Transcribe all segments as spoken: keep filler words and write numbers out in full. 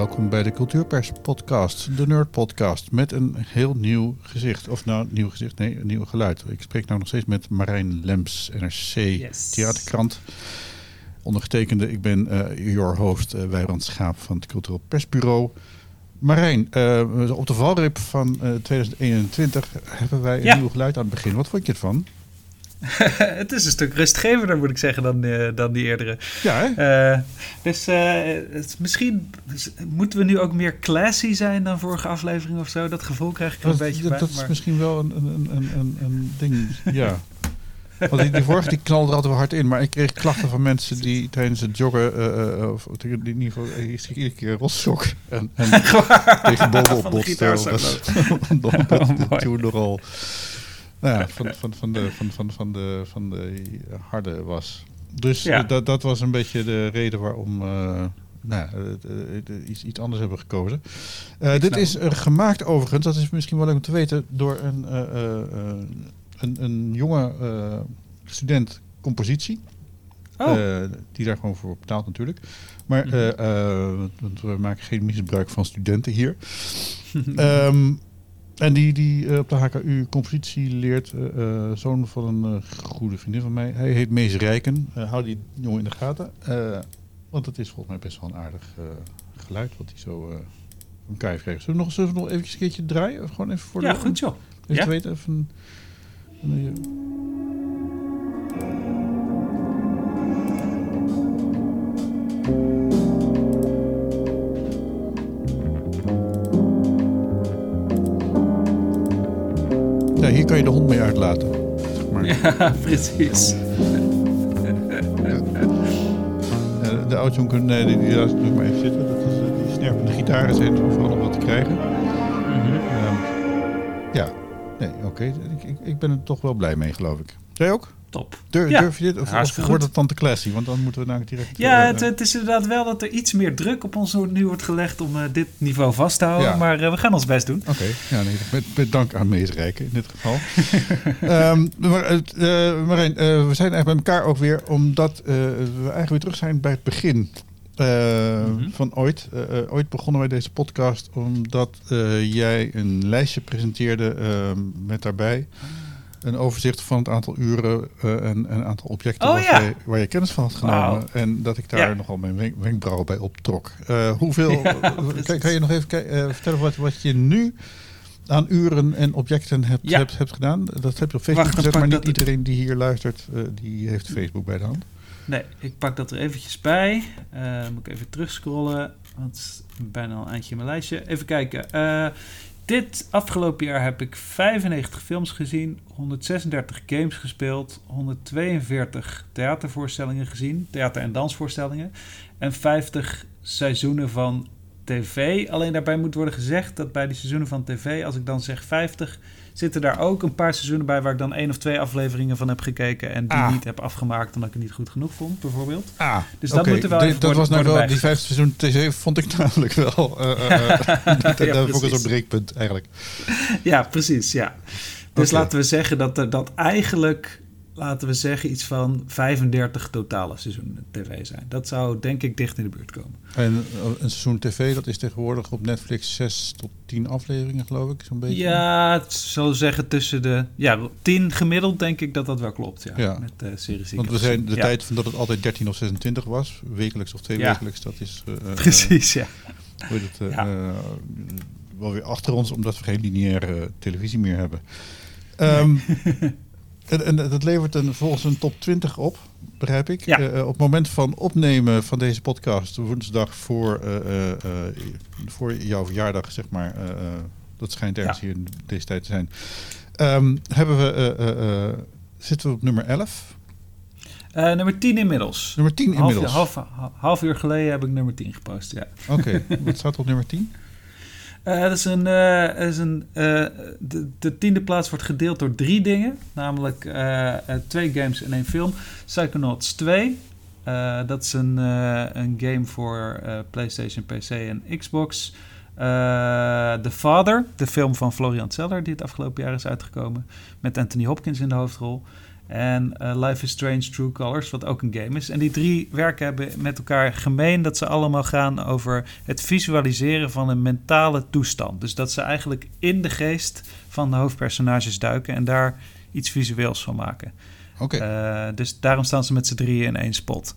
welkom bij de Cultuurpers podcast, de Nerd podcast, met een heel nieuw gezicht. Of nou, nieuw gezicht, nee, een nieuw geluid. Ik spreek nou nog steeds met Marijn Lemps, N R C, yes. Theaterkrant. Ondergetekende, ik ben uh, your host, uh, Wijbrand Schaap van het Cultureel Persbureau. Marijn, uh, op de valreep van uh, twintig eenentwintig hebben wij een ja. nieuw geluid aan het begin. Wat vond je ervan? Het is een stuk rustgevender, moet ik zeggen, dan, uh, dan die eerdere. Ja, hè? Uh, dus uh, het, misschien moeten we nu ook meer classy zijn dan vorige aflevering of zo. Dat gevoel krijg ik er dat, een beetje dat, bij. Dat is maar... misschien wel een, een, een, een, een ding, ja. Want die, die vorige die knalde er altijd wel hard in. Maar ik kreeg klachten van mensen die tijdens het joggen... Uh, uh, of in ieder geval, ik zie iedere keer rotsok. En, en tegen bovenop botsten. Dat toen nogal... Nou ja, van, van, van, de, van, van, van, de, van de harde was. Dus ja. uh, dat, dat was een beetje de reden waarom... Uh, nou, uh, uh, iets, iets anders hebben gekozen. Uh, dit is uh, gemaakt overigens, dat is misschien wel leuk om te weten... door een... Uh, uh, Een, een jonge uh, student compositie. Oh. Uh, die daar gewoon voor betaalt natuurlijk. Maar mm-hmm. uh, uh, want we maken geen misbruik van studenten hier. um, en die, die uh, op de H K U compositie leert. Uh, uh, zoon van een uh, goede vriendin van mij. Hij heet Mees Rijken. Uh, hou die jongen in de gaten. Uh, want het is volgens mij best wel een aardig uh, geluid. Wat hij zo uh, van elkaar heeft gekregen. Zullen we nog, zullen we nog eventjes een keertje draaien? Of gewoon even voor ja, de, goed zo. Even ja? te weten even... Nee. Ja, hier kan je de hond mee uitlaten. Zeg maar. Ja, precies. Ja. De oudjongen, nee, die, die laat het maar even zitten. Dat is, die snerpende gitaren zijn overal nog wat te krijgen. Mm-hmm. Um, ja. Nee, oké. Okay. Ik, ik, ik ben er toch wel blij mee, geloof ik. Jij ook? Top. Durf, ja. durf je dit? Of, of wordt het dan te classy? Want dan moeten we nou direct... Ja, uh, het, het is inderdaad wel dat er iets meer druk op ons nu wordt gelegd om uh, dit niveau vast te houden. Ja. Maar uh, we gaan ons best doen. Oké, okay. ja, nee, met, met dank aan Mees Rijken in dit geval. um, maar, uh, Marijn, uh, we zijn eigenlijk bij elkaar ook weer, omdat uh, we eigenlijk weer terug zijn bij het begin. Uh, mm-hmm. Van ooit. Uh, uh, ooit begonnen wij deze podcast omdat uh, jij een lijstje presenteerde uh, met daarbij een overzicht van het aantal uren uh, en een aantal objecten oh, waar, ja. je, waar je kennis van had genomen. Wow. En dat ik daar ja. nogal mijn wenk- wenkbrauwen bij optrok. Uh, hoeveel, ja, kan, kan je nog even k- uh, vertellen wat, wat je nu aan uren en objecten hebt, ja. hebt, hebt gedaan? Dat heb je op Facebook Wacht, gezet, maar niet iedereen die hier luistert, uh, die heeft Facebook bij de hand. Nee, ik pak dat er eventjes bij. Uh, moet ik even terugscrollen, want het is bijna al een eindje in mijn lijstje. Even kijken. Uh, dit afgelopen jaar heb ik vijfennegentig films gezien, honderdzesendertig games gespeeld, honderdtweeënveertig theatervoorstellingen gezien, theater- en dansvoorstellingen en vijftig seizoenen van tv. Alleen daarbij moet worden gezegd dat bij die seizoenen van tv, als ik dan zeg vijftig, zitten daar ook een paar seizoenen bij waar ik dan één of twee afleveringen van heb gekeken en die ah. niet heb afgemaakt omdat ik het niet goed genoeg vond, bijvoorbeeld. Ah, dus dat okay. moet er wel de, even dat worden, was nou wel, die vijftig seizoen tv vond ik namelijk wel uh, uh, uh, dat, ja, dat vond ik zo'n breekpunt eigenlijk. Ja, precies, ja. Dus okay. laten we zeggen dat er dat eigenlijk, laten we zeggen, iets van vijfendertig totale seizoenen tv zijn. Dat zou denk ik dicht in de buurt komen. En een seizoen tv, dat is tegenwoordig op Netflix zes tot tien afleveringen, geloof ik, zo'n beetje. Ja, het zou zeggen tussen de ja, tien gemiddeld, denk ik dat dat wel klopt. Ja, ja. Met de series. Want we zijn de ja. tijd van dat het altijd dertien of zesentwintig was, wekelijks of tweewekelijks, ja. dat is... Uh, Precies, ja. Hoe heet het, uh, ja. uh, wel weer achter ons, omdat we geen lineaire televisie meer hebben. Um, nee. En, en dat levert een, volgens een top twintig op, begrijp ik. Ja. Uh, op het moment van opnemen van deze podcast, woensdag voor, uh, uh, uh, voor jouw verjaardag, zeg maar. Uh, uh, dat schijnt ergens ja. hier in deze tijd te zijn. Um, hebben we, uh, uh, uh, zitten we op nummer elf? Uh, nummer tien inmiddels. Nummer tien half, inmiddels? Half, half, half uur geleden heb ik nummer tien gepost, ja. Oké, okay. Wat staat er op nummer tien? Uh, dat is een, uh, is een, uh, de, de tiende plaats wordt gedeeld door drie dingen. Namelijk uh, uh, twee games en één film. Psychonauts twee. Uh, dat is een, uh, een game voor uh, PlayStation, P C en Xbox. Uh, The Father, de film van Florian Zeller, die het afgelopen jaar is uitgekomen. Met Anthony Hopkins in de hoofdrol. En uh, Life is Strange True Colors, wat ook een game is. En die drie werken hebben met elkaar gemeen dat ze allemaal gaan over het visualiseren van een mentale toestand. Dus dat ze eigenlijk in de geest van de hoofdpersonages duiken en daar iets visueels van maken. Oké. Okay. Uh, dus daarom staan ze met z'n drieën in één spot.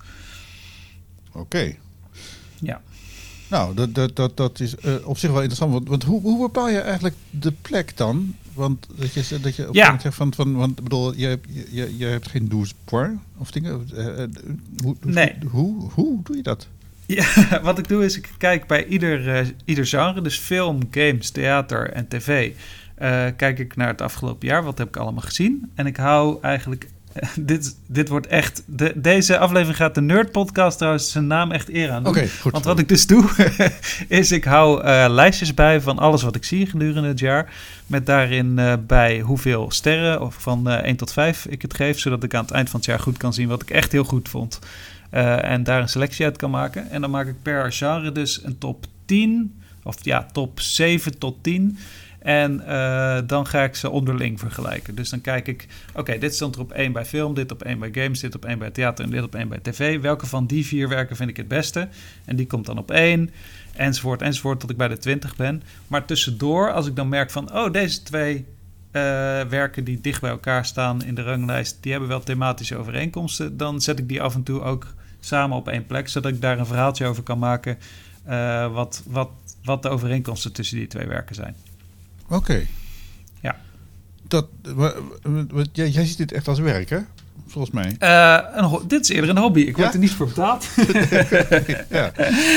Oké. Okay. Ja. Nou, dat, dat, dat, dat is uh, op zich wel interessant. Want, want hoe, hoe bepaal je eigenlijk de plek dan? Want dat je, dat je op ja. zegt van, van, want ik bedoel, je, je, je hebt geen douze points of dingen. Uh, uh, hoe, nee. Hoe, hoe, hoe doe je dat? Ja, wat ik doe is, ik kijk bij ieder, uh, ieder genre, dus film, games, theater en tv, uh, kijk ik naar het afgelopen jaar. Wat heb ik allemaal gezien? En ik hou eigenlijk... Dit, dit wordt echt... De, deze aflevering gaat de Nerd Podcast trouwens zijn naam echt eer aan doen. Okay, goed. Want wat ik dus doe, is ik hou uh, lijstjes bij van alles wat ik zie gedurende het jaar. Met daarin uh, bij hoeveel sterren of van uh, één tot vijf ik het geef. Zodat ik aan het eind van het jaar goed kan zien wat ik echt heel goed vond. Uh, en daar een selectie uit kan maken. En dan maak ik per genre dus een top tien. Of ja, top zeven tot tien. En uh, dan ga ik ze onderling vergelijken. Dus dan kijk ik, oké, okay, dit stond er op één bij film, dit op één bij games, dit op één bij theater en dit op één bij tv. Welke van die vier werken vind ik het beste? En die komt dan op één, enzovoort, enzovoort, tot ik bij de twintig ben. Maar tussendoor, als ik dan merk van, oh, deze twee uh, werken die dicht bij elkaar staan in de ranglijst, die hebben wel thematische overeenkomsten, dan zet ik die af en toe ook samen op één plek, zodat ik daar een verhaaltje over kan maken uh, wat, wat, wat de overeenkomsten tussen die twee werken zijn. Oké. Okay. Ja. Dat, wat, wat, jij, jij ziet dit echt als werk, hè? Volgens mij. Uh, een ho- dit is eerder een hobby. Ik word ja? er niet voor betaald. ja.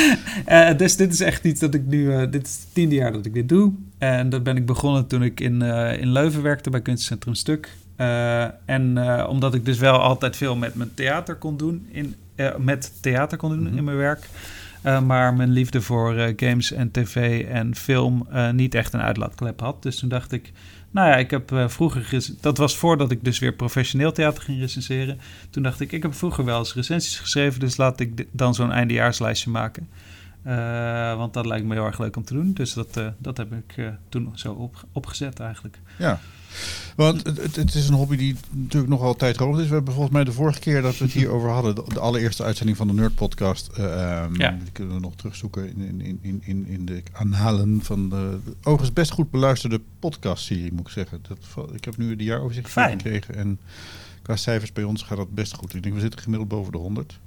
uh, dus dit is echt iets dat ik nu... Uh, dit is het tiende jaar dat ik dit doe. En dat ben ik begonnen toen ik in, uh, in Leuven werkte bij Kunstcentrum Stuk. Uh, en uh, omdat ik dus wel altijd veel met mijn theater kon doen... In, uh, met theater kon doen mm-hmm. in mijn werk... Uh, maar mijn liefde voor uh, games en tv en film uh, niet echt een uitlaatklep had. Dus toen dacht ik, nou ja, ik heb uh, vroeger... Ges- dat was voordat ik dus weer professioneel theater ging recenseren. Toen dacht ik, ik heb vroeger wel eens recensies geschreven... dus laat ik d- dan zo'n eindejaarslijstje maken. Uh, want dat lijkt me heel erg leuk om te doen. Dus dat, uh, dat heb ik uh, toen zo op- opgezet eigenlijk. Ja. Want het, het is een hobby die natuurlijk nogal tijdrovend is. We hebben volgens mij de vorige keer dat we het hier over hadden... de, de allereerste uitzending van de Nerd Podcast... Uh, um, ja. Die kunnen we nog terugzoeken in, in, in, in, in de aanhalen van de... de overigens best goed beluisterde podcast-serie, moet ik zeggen. Dat, ik heb nu de jaaroverzicht gekregen... en qua cijfers bij ons gaat dat best goed. Ik denk, we zitten gemiddeld boven de honderd.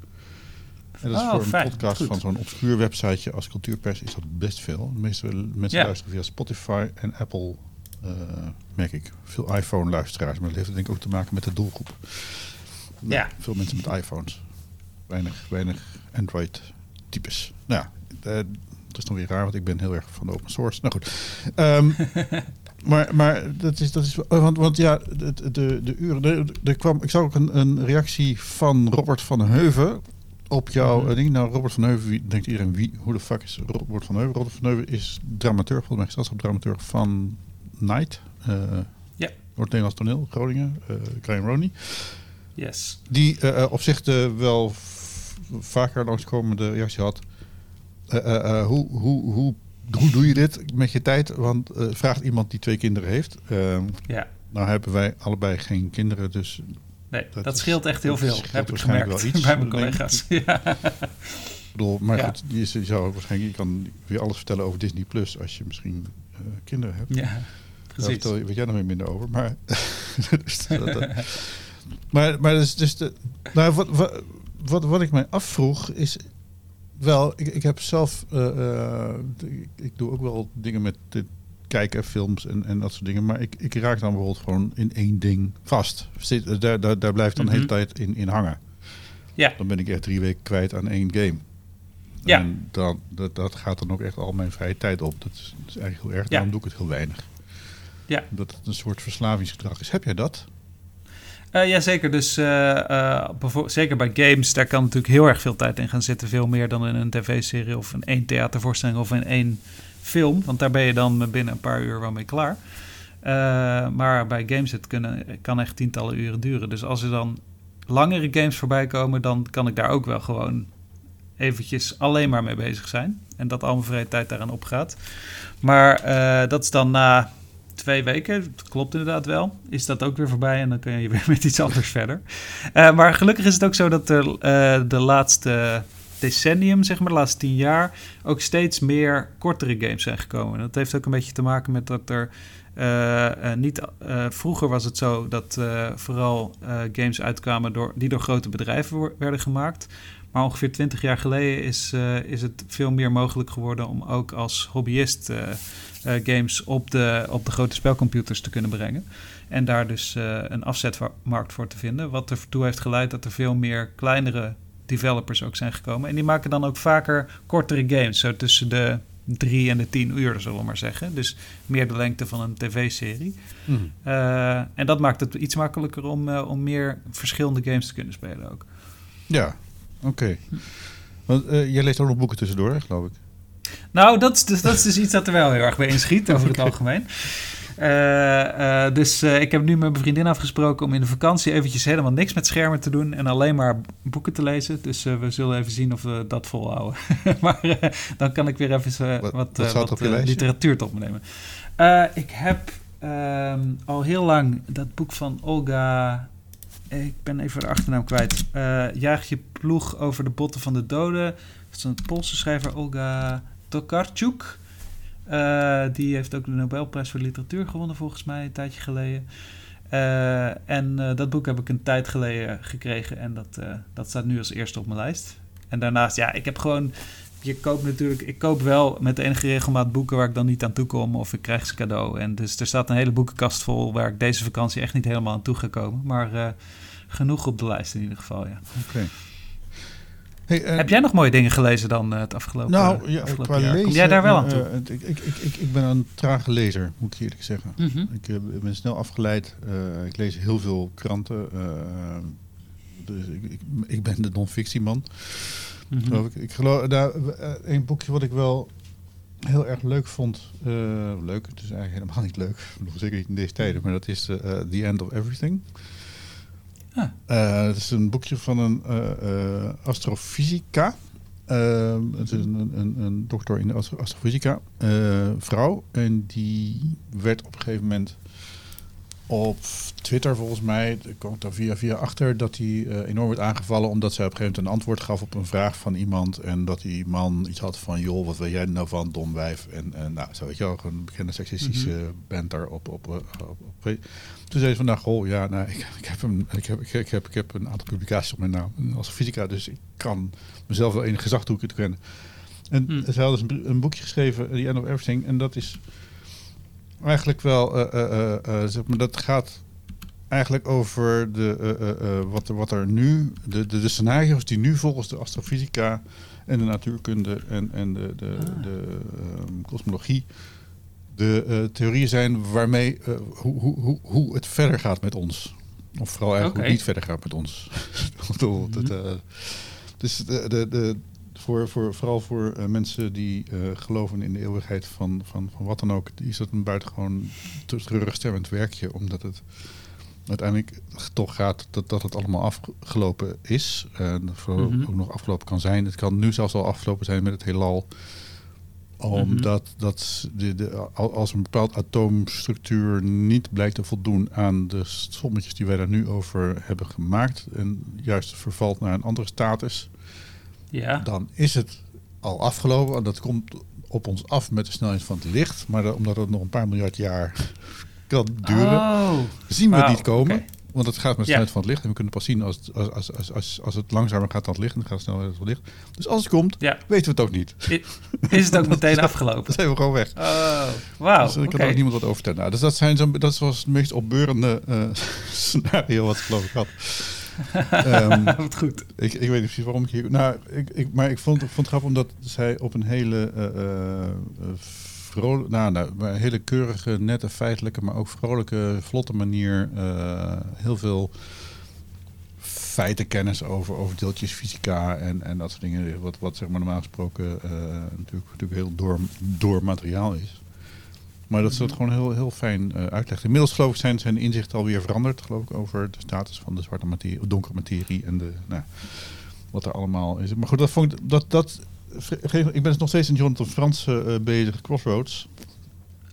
En dat is oh, voor een fijn. podcast goed. Van zo'n obscuur websiteje als Cultuurpers... is dat best veel. De meeste mensen ja. luisteren via Spotify en Apple... Uh, merk ik. Veel iPhone-luisteraars, maar dat heeft denk ik ook te maken met de doelgroep. Nou, ja. Veel mensen met iPhones. Weinig, weinig Android-types. Nou ja, uh, dat is nog weer raar, want ik ben heel erg van de open source. Nou goed. Um, maar, maar dat is... Dat is want, want ja, de, de, de uren... De, de kwam, ik zag ook een, een reactie van Robert van Heuven... op jouw mm-hmm. ding. Nou, Robert van Heuven, wie, denkt iedereen, wie, hoe de fuck is Robert van Heuven? Robert van Heuven is dramaturg, volgens mij gezelschapsdramaturg van... Night, uh, ja. Noord-Nederlands toneel, Groningen, uh, Klein Ronnie. Yes. Die uh, op zich de wel f- vaker langskomende reactie had. Uh, uh, uh, hoe, hoe, hoe, hoe doe je dit met je tijd? Want uh, vraagt iemand die twee kinderen heeft. Uh, ja. Nou hebben wij allebei geen kinderen, dus... Nee, dat, dat scheelt echt heel veel, heb ik gemerkt wel iets, bij mijn collega's. Ja. Ik bedoel, maar ja. goed, je zou waarschijnlijk... Je kan weer alles vertellen over Disney Plus als je misschien uh, kinderen hebt. Ja. Daar vertel je, weet jij nog weer minder over. Maar, dus dat, dat. maar, maar dus, dus de, nou, wat, wat, wat, wat ik mij afvroeg is wel, ik, ik heb zelf, uh, uh, ik, ik doe ook wel dingen met dit kijken, films en, en dat soort dingen. Maar ik, ik raak dan bijvoorbeeld gewoon in één ding vast. Zit, daar, daar, daar blijft dan mm-hmm. de hele tijd in, in hangen. Ja. Dan ben ik echt drie weken kwijt aan één game. Ja. En dan, dat, dat gaat dan ook echt al mijn vrije tijd op. Dat is, dat is eigenlijk heel erg. Ja. Daarom doe ik het heel weinig. Ja. Dat het een soort verslavingsgedrag is. Heb jij dat? Uh, Jazeker. Dus uh, uh, bevo- zeker bij games, daar kan natuurlijk heel erg veel tijd in gaan zitten. Veel meer dan in een tv-serie of in één theatervoorstelling of in één film. Want daar ben je dan binnen een paar uur wel mee klaar. Uh, maar bij games het kunnen, kan echt tientallen uren duren. Dus als er dan langere games voorbij komen, dan kan ik daar ook wel gewoon eventjes alleen maar mee bezig zijn. En dat al mijn vrije tijd daaraan opgaat. Maar uh, dat is dan na twee weken, dat klopt inderdaad wel, is dat ook weer voorbij en dan kun je weer met iets anders verder. Uh, maar gelukkig is het ook zo dat er uh, de laatste decennium, zeg maar, de laatste tien jaar, ook steeds meer kortere games zijn gekomen. Dat heeft ook een beetje te maken met dat er uh, uh, niet... Uh, vroeger was het zo dat uh, vooral uh, games uitkwamen door, die door grote bedrijven wo- werden gemaakt. Maar ongeveer twintig jaar geleden is, uh, is het veel meer mogelijk geworden om ook als hobbyist uh, uh, games op de, op de grote spelcomputers te kunnen brengen. En daar dus uh, een afzetmarkt voor te vinden. Wat ertoe heeft geleid dat er veel meer kleinere developers ook zijn gekomen. En die maken dan ook vaker kortere games. Zo tussen de drie en de tien uur, zullen we maar zeggen. Dus meer de lengte van een tv-serie. Mm. Uh, en dat maakt het iets makkelijker om, uh, om meer verschillende games te kunnen spelen ook. Ja, oké. Okay. Want uh, jij leest ook nog boeken tussendoor, geloof ik. Nou, dat is, dus, dat is dus iets dat er wel heel erg bij inschiet over okay. het algemeen. Uh, uh, dus uh, ik heb nu met mijn vriendin afgesproken om in de vakantie eventjes helemaal niks met schermen te doen en alleen maar boeken te lezen. Dus uh, we zullen even zien of we dat volhouden. maar uh, dan kan ik weer even uh, wat, wat, uh, wat uh, literatuur tot me nemen. Uh, ik heb uh, al heel lang dat boek van Olga... Ik ben even de achternaam kwijt. Uh, Jaag je ploeg over de botten van de doden. Dat is een Poolse schrijver, Olga Tokarczuk. Uh, die heeft ook de Nobelprijs voor literatuur gewonnen, volgens mij, een tijdje geleden. Uh, en uh, dat boek heb ik een tijd geleden gekregen. En dat, uh, dat staat nu als eerste op mijn lijst. En daarnaast, ja, ik heb gewoon... Je koopt natuurlijk... Ik koop wel met enige regelmaat boeken waar ik dan niet aan toe kom. Of ik krijg ze cadeau. En dus er staat een hele boekenkast vol waar ik deze vakantie echt niet helemaal aan toe ga komen. Maar uh, genoeg op de lijst in ieder geval, ja. Oké. Okay. Hey, uh, heb jij nog mooie dingen gelezen dan uh, het afgelopen, nou, ja, afgelopen qua jaar? Lezen, Kom jij daar wel aan toe? Uh, ik, ik, ik, ik ben een trage lezer, moet ik eerlijk zeggen. Mm-hmm. Ik uh, ben snel afgeleid. Uh, ik lees heel veel kranten. Uh, dus ik, ik, ik ben de non-fictieman. Mm-hmm. Geloof ik. Ik geloof, nou, uh, een boekje wat ik wel heel erg leuk vond. Uh, leuk, het is eigenlijk helemaal niet leuk. Nog zeker niet in deze tijden. Maar dat is uh, The End of Everything. Ah. Uh, het is een boekje van een uh, uh, astrofysica. Uh, het is een, een, een dokter in de astro- astrofysica. Uh, vrouw. En die werd op een gegeven moment op Twitter volgens mij, er kwam ik daar via via achter, dat hij uh, enorm werd aangevallen omdat zij op een gegeven moment een antwoord gaf op een vraag van iemand en dat die man iets had van, joh, wat weet jij nou van, dom wijf, en, en nou, zo weet je wel, een bekende seksistische mm-hmm. banter op, op, op, op, op. Toen zei ze van, nou, goh, ja, nou, ik, ik, heb een, ik, heb, ik, heb, ik heb een aantal publicaties op mijn naam als fysica, dus ik kan mezelf wel enige gezag toekennen. En mm. ze hadden dus een, een boekje geschreven, The End of Everything, en dat is eigenlijk wel, uh, uh, uh, zeg maar, dat gaat eigenlijk over de, uh, uh, uh, wat, er, wat er nu, de, de, de scenario's die nu volgens de astrofysica en de natuurkunde en, en de, de, ah. de uh, kosmologie de uh, theorieën zijn waarmee, uh, hoe, hoe, hoe, hoe het verder gaat met ons. Of vooral eigenlijk okay. hoe het niet verder gaat met ons. mm-hmm. dat, uh, dus de, de, de Voor, voor, vooral voor uh, mensen die uh, geloven in de eeuwigheid van, van, van wat dan ook, is dat een buitengewoon treurigstemmend werkje, omdat het uiteindelijk toch gaat dat, dat het allemaal afgelopen is. En uh, mm-hmm. ook nog afgelopen kan zijn. Het kan nu zelfs al afgelopen zijn met het heelal. Omdat mm-hmm. dat de, de, als een bepaald atoomstructuur niet blijkt te voldoen aan de sommetjes die wij daar nu over hebben gemaakt en juist vervalt naar een andere status, ja. dan is het al afgelopen. En dat komt op ons af met de snelheid van het licht. Maar de, omdat het nog een paar miljard jaar kan duren, oh. zien we wow. het niet komen. Okay. Want het gaat met de snelheid ja. van het licht. En we kunnen pas zien als het, als, als, als, als, als het langzamer gaat dan het licht. En dan gaat het sneller dan het licht. Dus als het komt, ja. weten we het ook niet. I, is het ook meteen afgelopen? Dan zijn we gewoon weg. Oh, wauw. Dus ik kan okay. er ook niemand wat over vertellen. Nou, dus dat, zijn zo, dat was het meest opbeurende uh, scenario wat ik geloof ik had. um, Wat goed. Ik, ik weet niet precies waarom ik hier... Nou, ik, ik, maar ik vond, ik vond het grappig omdat zij op een hele... Uh, uh, vrolijk, nou, nou, een hele keurige, nette, feitelijke, maar ook vrolijke, vlotte manier uh, heel veel feitenkennis over, over deeltjesfysica en, en dat soort dingen. Wat, wat zeg maar normaal gesproken uh, natuurlijk, natuurlijk heel door, door materiaal is. Maar dat ze dat gewoon heel, heel fijn uh, uitlegt. Inmiddels geloof ik zijn zijn inzichten alweer veranderd, geloof ik, over de status van de zwarte materie, donkere materie en de, nou, wat er allemaal is. Maar goed, dat vond ik, dat, dat, ik ben dus nog steeds in Jonathan Franzen uh, bezig, Crossroads.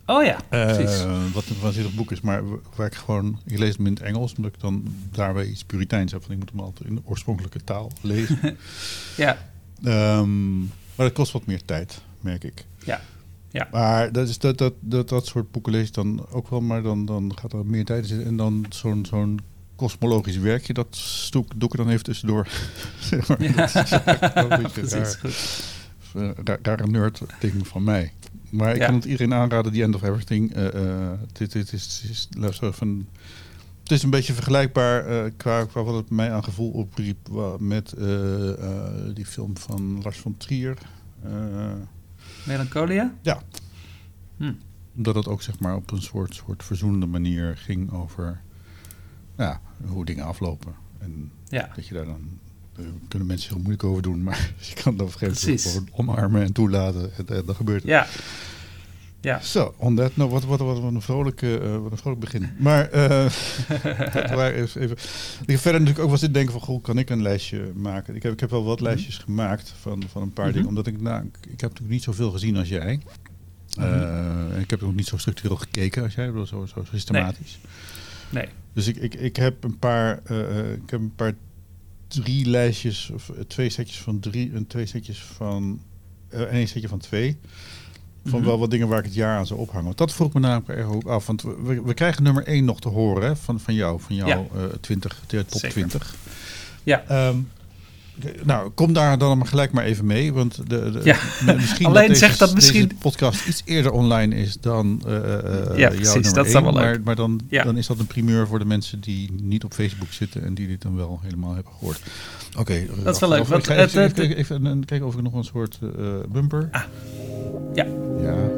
Oh ja, precies. Uh, wat een waanzinnig boek is, maar waar ik gewoon... Ik lees hem in het Engels, omdat ik dan daarbij iets puriteins heb. Want ik moet hem altijd in de oorspronkelijke taal lezen. ja. Um, maar dat kost wat meer tijd, merk ik. Ja. Ja. Maar dat, is, dat, dat, dat, dat soort boeken lees ik dan ook wel, maar dan, dan gaat er meer tijd in zitten. En dan zo'n, zo'n kosmologisch werkje, dat stoek, doe ik er dan even tussendoor. zeg maar. Ja. Dat is precies, goed. Daar, daar een nerd ding van mij. Maar ik ja. kan het iedereen aanraden, The End of Everything. Uh, uh, dit, dit is, is, is van, het is een beetje vergelijkbaar uh, qua, qua wat het mij aan gevoel opriep uh, met uh, uh, die film van Lars von Trier. Uh, Melancholia? Ja. Hm. Omdat het ook zeg maar op een soort, soort verzoenende manier ging over ja, hoe dingen aflopen. En ja. dat je daar dan... Daar kunnen mensen heel moeilijk over doen, maar je kan dan op een gegeven moment omarmen en toelaten. En, en dan gebeurt het. Ja. Ja. Zo, on that, nou, wat, wat, wat, wat, een vrolijke, uh, wat een vrolijk begin. Maar uh, dat waren even, even... Ik heb verder natuurlijk ook wel zitten denken van... Goh, kan ik een lijstje maken? Ik heb, ik heb wel wat lijstjes mm-hmm. gemaakt van, van een paar mm-hmm. dingen. Omdat ik, nou, ik heb natuurlijk niet zoveel gezien als jij. Mm-hmm. Uh, ik heb ook niet zo structureel gekeken als jij. Zo, zo, zo systematisch. Nee. nee. Dus ik, ik, ik heb een paar... Uh, ik heb een paar... drie lijstjes, of twee setjes van drie en twee setjes van uh, en een setje van twee. Van mm-hmm. wel wat dingen waar ik het jaar aan zou ophangen. Want dat vroeg me namelijk erg ook af. Want we, we krijgen nummer één nog te horen hè, van, van jou, van jouw ja. uh, twintig, de top Zeker. twintig. Ja. Um, nou, kom daar dan maar gelijk maar even mee. Want de, de, ja. misschien Alleen dat deze, zegt dat misschien... deze podcast iets eerder online is dan uh, uh, ja, jouw precies, nummer dat één. Wel maar maar dan, ja. dan is dat een primeur voor de mensen die niet op Facebook zitten en die dit dan wel helemaal hebben gehoord. Oké. Okay, dat is wel leuk. Wat, even, even, even, even, even kijken of ik nog een soort uh, bumper... Ah. Ja. Ja.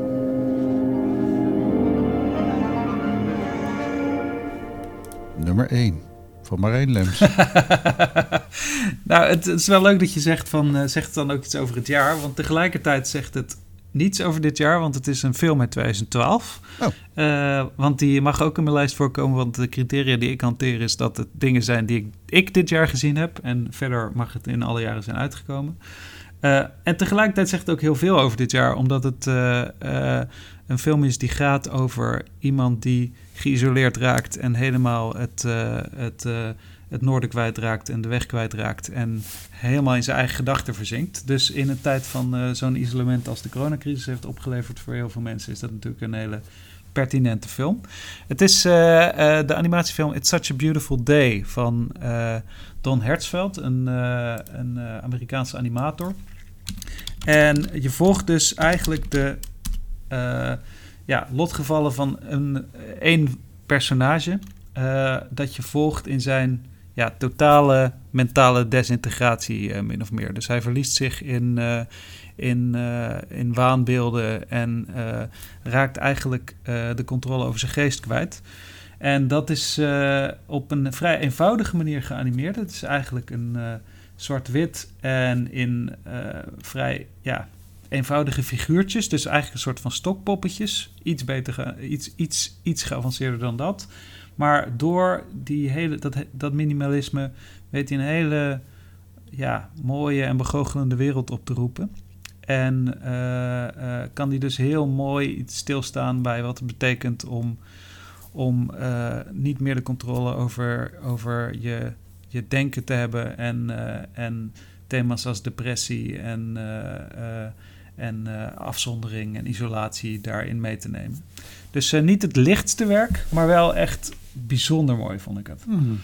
Nummer één. Van Marijn Lems. nou, het, het is wel leuk dat je zegt van... Uh, zegt dan ook iets over het jaar. Want tegelijkertijd zegt het niets over dit jaar. Want het is een film uit twintig twaalf. Oh. Uh, want die mag ook in mijn lijst voorkomen. Want de criteria die ik hanteer is dat het dingen zijn die ik, ik dit jaar gezien heb. En verder mag het in alle jaren zijn uitgekomen. Uh, en tegelijkertijd zegt het ook heel veel over dit jaar. Omdat het uh, uh, een film is die gaat over iemand die geïsoleerd raakt en helemaal het, uh, het, uh, het noorden kwijtraakt en de weg kwijtraakt en helemaal in zijn eigen gedachten verzinkt. Dus in een tijd van uh, zo'n isolement als de coronacrisis heeft opgeleverd voor heel veel mensen, is dat natuurlijk een hele pertinente film. Het is uh, uh, de animatiefilm It's Such a Beautiful Day van uh, Don Hertzfeldt, een, uh, een uh, Amerikaanse animator. En je volgt dus eigenlijk de uh, ja, lotgevallen van een één personage uh, dat je volgt in zijn ja, totale mentale desintegratie uh, min of meer. Dus hij verliest zich in, uh, in, uh, in waanbeelden en uh, raakt eigenlijk uh, de controle over zijn geest kwijt. En dat is uh, op een vrij eenvoudige manier geanimeerd. Het is eigenlijk een uh, zwart-wit en in uh, vrij ja, eenvoudige figuurtjes. Dus eigenlijk een soort van stokpoppetjes. Iets beter, ge- iets, iets, iets geavanceerder dan dat. Maar door die hele, dat, dat minimalisme weet hij een hele ja, mooie en begoochelende wereld op te roepen. En uh, uh, kan hij dus heel mooi stilstaan bij wat het betekent om, om uh, niet meer de controle over, over je, je denken te hebben. En, uh, en thema's als depressie en, uh, uh, en uh, afzondering en isolatie daarin mee te nemen. Dus uh, niet het lichtste werk, maar wel echt bijzonder mooi, vond ik het. Hmm.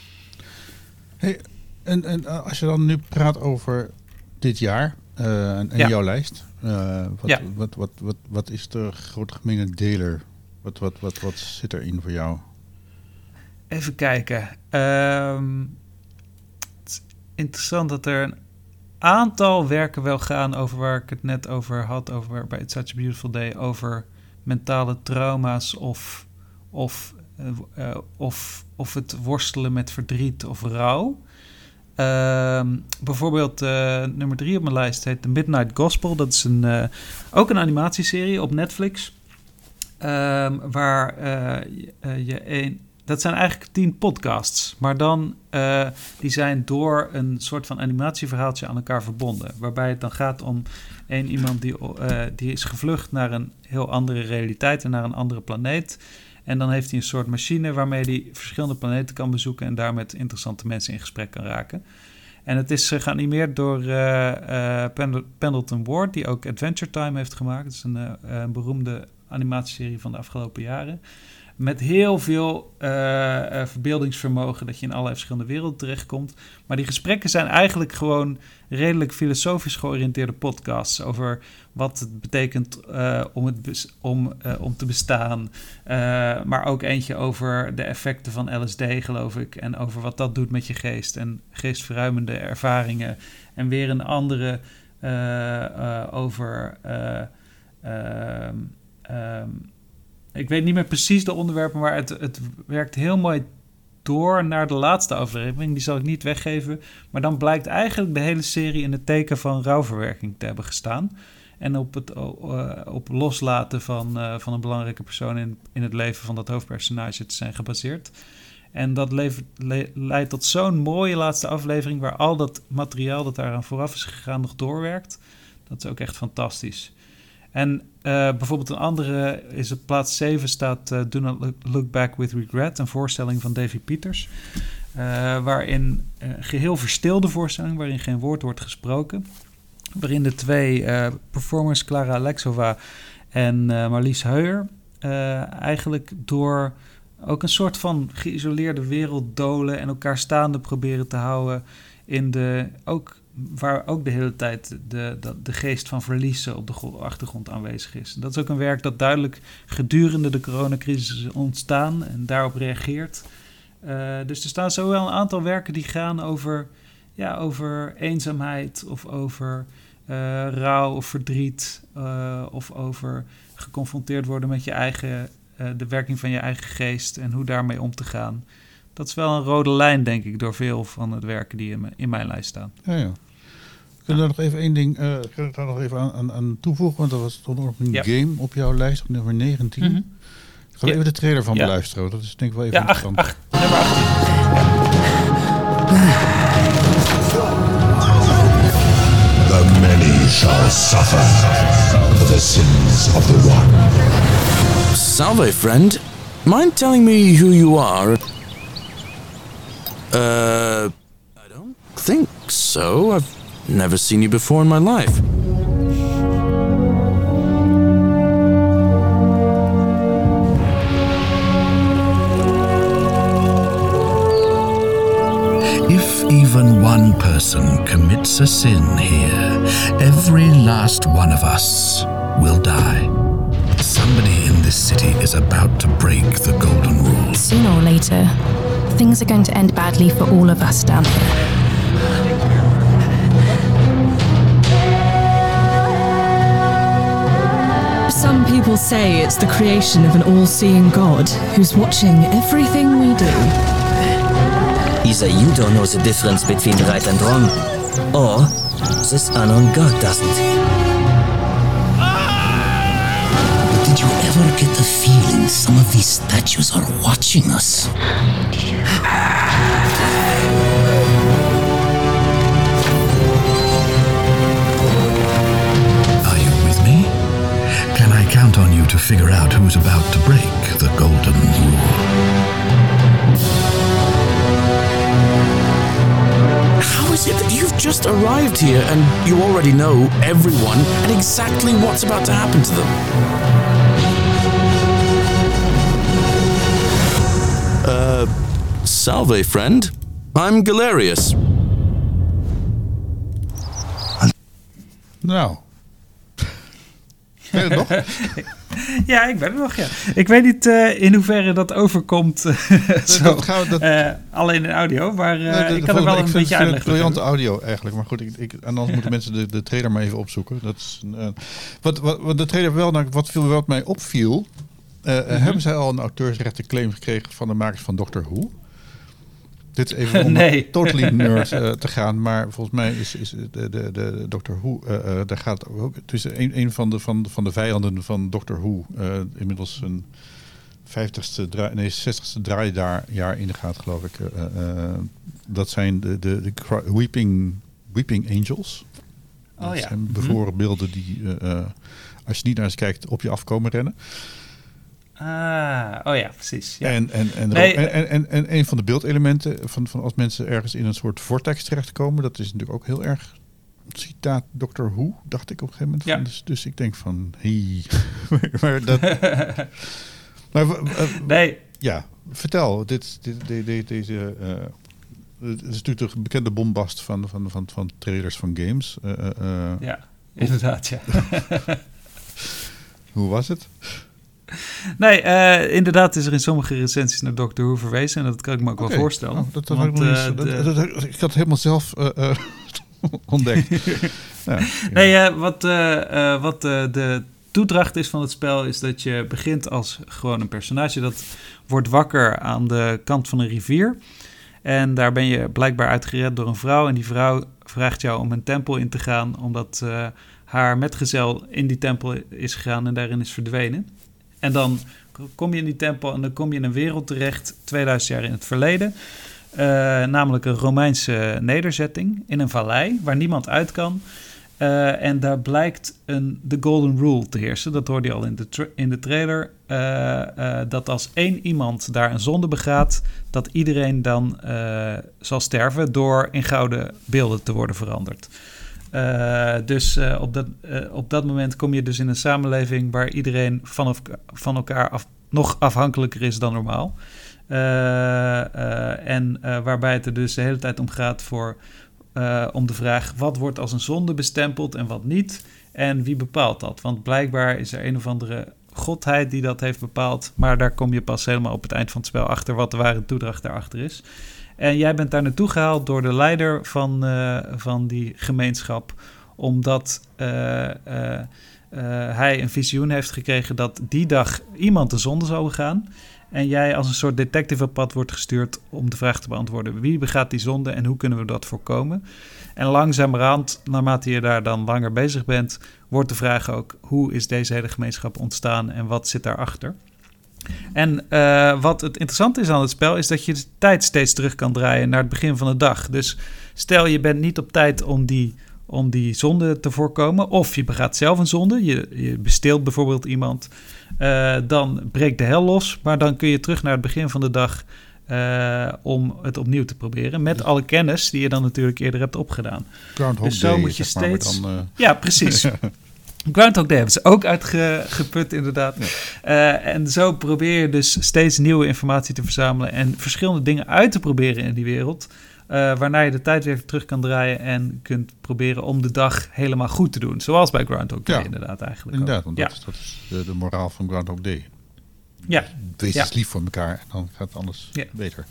Hey, en, en als je dan nu praat over dit jaar uh, en, en ja. jouw lijst, uh, wat, ja. wat, wat, wat, wat is de grote gemene deler? Wat, wat, wat, wat zit erin voor jou? Even kijken. Um, het is interessant dat er een aantal werken wel gaan over waar ik het net over had, over bij It's Such a Beautiful Day, over mentale trauma's of, of, uh, uh, of, of het worstelen met verdriet of rouw. Uh, bijvoorbeeld uh, nummer drie op mijn lijst heet The Midnight Gospel. Dat is een, uh, ook een animatieserie op Netflix. Uh, waar uh, je een, dat zijn eigenlijk tien podcasts. Maar dan, uh, die zijn door een soort van animatieverhaaltje aan elkaar verbonden. Waarbij het dan gaat om één iemand die, uh, die is gevlucht naar een heel andere realiteit en naar een andere planeet. En dan heeft hij een soort machine waarmee hij verschillende planeten kan bezoeken en daar met interessante mensen in gesprek kan raken. En het is uh, geanimeerd door uh, uh, Pendle- Pendleton Ward, die ook Adventure Time heeft gemaakt. Dat is een, uh, een beroemde animatieserie van de afgelopen jaren. Met heel veel uh, uh, verbeeldingsvermogen dat je in allerlei verschillende werelden terechtkomt. Maar die gesprekken zijn eigenlijk gewoon redelijk filosofisch georiënteerde podcasts over wat het betekent uh, om, het bes- om, uh, om te bestaan. Uh, maar ook eentje over de effecten van L S D, geloof ik. En over wat dat doet met je geest en geestverruimende ervaringen. En weer een andere uh, uh, over... Uh, uh, um, Ik weet niet meer precies de onderwerpen, maar het, het werkt heel mooi door naar de laatste aflevering. Die zal ik niet weggeven. Maar dan blijkt eigenlijk de hele serie in het teken van rouwverwerking te hebben gestaan. En op het uh, op loslaten van, uh, van een belangrijke persoon in, in het leven van dat hoofdpersonage te zijn gebaseerd. En dat levert, le- leidt tot zo'n mooie laatste aflevering waar al dat materiaal dat daaraan vooraf is gegaan nog doorwerkt. Dat is ook echt fantastisch. En uh, bijvoorbeeld een andere is op plaats zeven staat uh, Do Not Look, Look Back With Regret, een voorstelling van Davy Peters. Uh, waarin uh, geheel verstilde voorstelling, waarin geen woord wordt gesproken. Waarin de twee uh, performers, Clara Alexova en uh, Marlies Heuer, uh, eigenlijk door ook een soort van geïsoleerde wereld dolen en elkaar staande proberen te houden in de ook... waar ook de hele tijd de, de, de geest van verliezen op de achtergrond aanwezig is. Dat is ook een werk dat duidelijk gedurende de coronacrisis is ontstaan en daarop reageert. Uh, dus er staan zo wel een aantal werken die gaan over, ja, over eenzaamheid of over uh, rouw of verdriet uh, of over geconfronteerd worden met je eigen, uh, de werking van je eigen geest en hoe daarmee om te gaan. Dat is wel een rode lijn, denk ik, door veel van het werken die in mijn, in mijn lijst staan. Ja, ja. Kun je daar nog even één ding uh, kun je daar nog even aan, aan, aan toevoegen? Want dat was toch nog een ja. game op jouw lijst, op nummer negentien. Mm-hmm. Ik ga ja. even de trailer van ja. beluisteren. Dat is denk ik wel even ja, interessant. Ach, ach, nummer achttien. The many shall suffer for the sins of the one. Salve, friend. Mind telling me who you are? Uh, I don't think so. I've never seen you before in my life. If even one person commits a sin here, every last one of us will die. Somebody in this city is about to break the golden rule. Sooner or later, things are going to end badly for all of us down here. Some people say it's the creation of an all-seeing God who's watching everything we do. Either you don't know the difference between right and wrong, or this unknown God doesn't. But did you ever get the feeling some of these statues are watching us? Are you with me? Can I count on you to figure out who's about to break the golden rule? How is it that you've just arrived here and you already know everyone and exactly what's about to happen to them? Uh, salve, friend. I'm Galerius. Nou. Ben je er nog? Ja, ik ben er nog, ja. Ik weet niet uh, in hoeverre dat overkomt. Uh, zo, dat gaan we, dat... Uh, alleen in audio, maar uh, nee, de, ik kan er wel een beetje uitleggen. Het briljante audio eigenlijk, maar goed, ik, ik, en anders moeten mensen de, de trailer maar even opzoeken. Dat is, uh, wat, wat, wat de trailer wel, nou, wat, viel, wat mij opviel, uh, mm-hmm. hebben zij al een auteursrechtenclaim gekregen van de makers van Doctor Who? Dit is even om nee. totally nerd uh, te gaan, maar volgens mij is, is de, de, de Doctor Who, uh, uh, daar gaat ook, het is een, een van, de, van, van de vijanden van Doctor Who, uh, inmiddels een vijftigste, draai, nee, zestigste draaijaar in gaat, geloof ik. Uh, uh, dat zijn de, de, de cry, weeping, weeping Angels. Oh, dat ja. zijn bevroren beelden die, uh, uh, als je niet naar eens kijkt, op je afkomen rennen. Ah, oh ja, precies. Ja. En, en, en, nee, en, en, en, en een van de beeldelementen van, van als mensen ergens in een soort vortex terechtkomen, dat is natuurlijk ook heel erg citaat Doctor Who, dacht ik op een gegeven moment. Ja. Van, dus, dus ik denk van, hey. maar dat... maar, uh, nee. Ja, vertel. Dit, dit, dit, dit, deze... Uh, het is natuurlijk de bekende bombast van, van, van, van trailers van games. Uh, uh, ja, inderdaad, ja. Hoe was het? Nee, uh, inderdaad is er in sommige recensies naar Doctor Who verwezen. En dat kan ik me ook okay. wel voorstellen. Oh, dat, dat want, uh, uh, dat, de... dat, dat, dat, ik had het helemaal zelf uh, uh, ontdekt. ja, ja. Nee, uh, wat, uh, uh, wat uh, de toedracht is van het spel is dat je begint als gewoon een personage. Dat wordt wakker aan de kant van een rivier. En daar ben je blijkbaar uitgered door een vrouw. En die vrouw vraagt jou om een tempel in te gaan, omdat uh, haar metgezel in die tempel is gegaan en daarin is verdwenen. En dan kom je in die tempel en dan kom je in een wereld terecht, tweeduizend jaar in het verleden. Uh, namelijk een Romeinse nederzetting in een vallei waar niemand uit kan. Uh, en daar blijkt een, de Golden Rule te heersen. Dat hoorde je al in de, tra- in de trailer. Uh, uh, dat als één iemand daar een zonde begaat, dat iedereen dan uh, zal sterven door in gouden beelden te worden veranderd. Uh, dus uh, op, dat, uh, op dat moment kom je dus in een samenleving waar iedereen van, of, van elkaar af, nog afhankelijker is dan normaal. Uh, uh, en uh, waarbij het er dus de hele tijd om gaat voor... Uh, om de vraag, wat wordt als een zonde bestempeld en wat niet? En wie bepaalt dat? Want blijkbaar is er een of andere godheid die dat heeft bepaald. Maar daar kom je pas helemaal op het eind van het spel achter wat de ware toedracht daarachter is. En jij bent daar naartoe gehaald door de leider van, uh, van die gemeenschap. Omdat uh, uh, uh, hij een visioen heeft gekregen dat die dag iemand de zonde zou begaan. En jij als een soort detective op pad wordt gestuurd om de vraag te beantwoorden. Wie begaat die zonde en hoe kunnen we dat voorkomen? En langzamerhand, naarmate je daar dan langer bezig bent, wordt de vraag ook, hoe is deze hele gemeenschap ontstaan en wat zit daarachter? En uh, wat het interessante is aan het spel, is dat je de tijd steeds terug kan draaien naar het begin van de dag. Dus stel je bent niet op tijd om die, om die zonde te voorkomen, of je begaat zelf een zonde, je, je besteelt bijvoorbeeld iemand... Uh, dan breekt de hel los, maar dan kun je terug naar het begin van de dag uh, om het opnieuw te proberen. Met alle kennis die je dan natuurlijk eerder hebt opgedaan. Groundhog dus zo Day, moet je zeg maar, steeds... dan, uh... Ja, precies. Groundhog Day hebben ze ook uitgeput, inderdaad. Ja. Uh, en zo probeer je dus steeds nieuwe informatie te verzamelen en verschillende dingen uit te proberen in die wereld. Uh, waarna je de tijd weer terug kan draaien en kunt proberen om de dag helemaal goed te doen. Zoals bij Groundhog Day, ja, inderdaad eigenlijk. Inderdaad, want ja. dat, is, dat is de, de moraal van Groundhog Day. Ja. Wees ja. eens lief voor elkaar en dan gaat het anders ja. beter.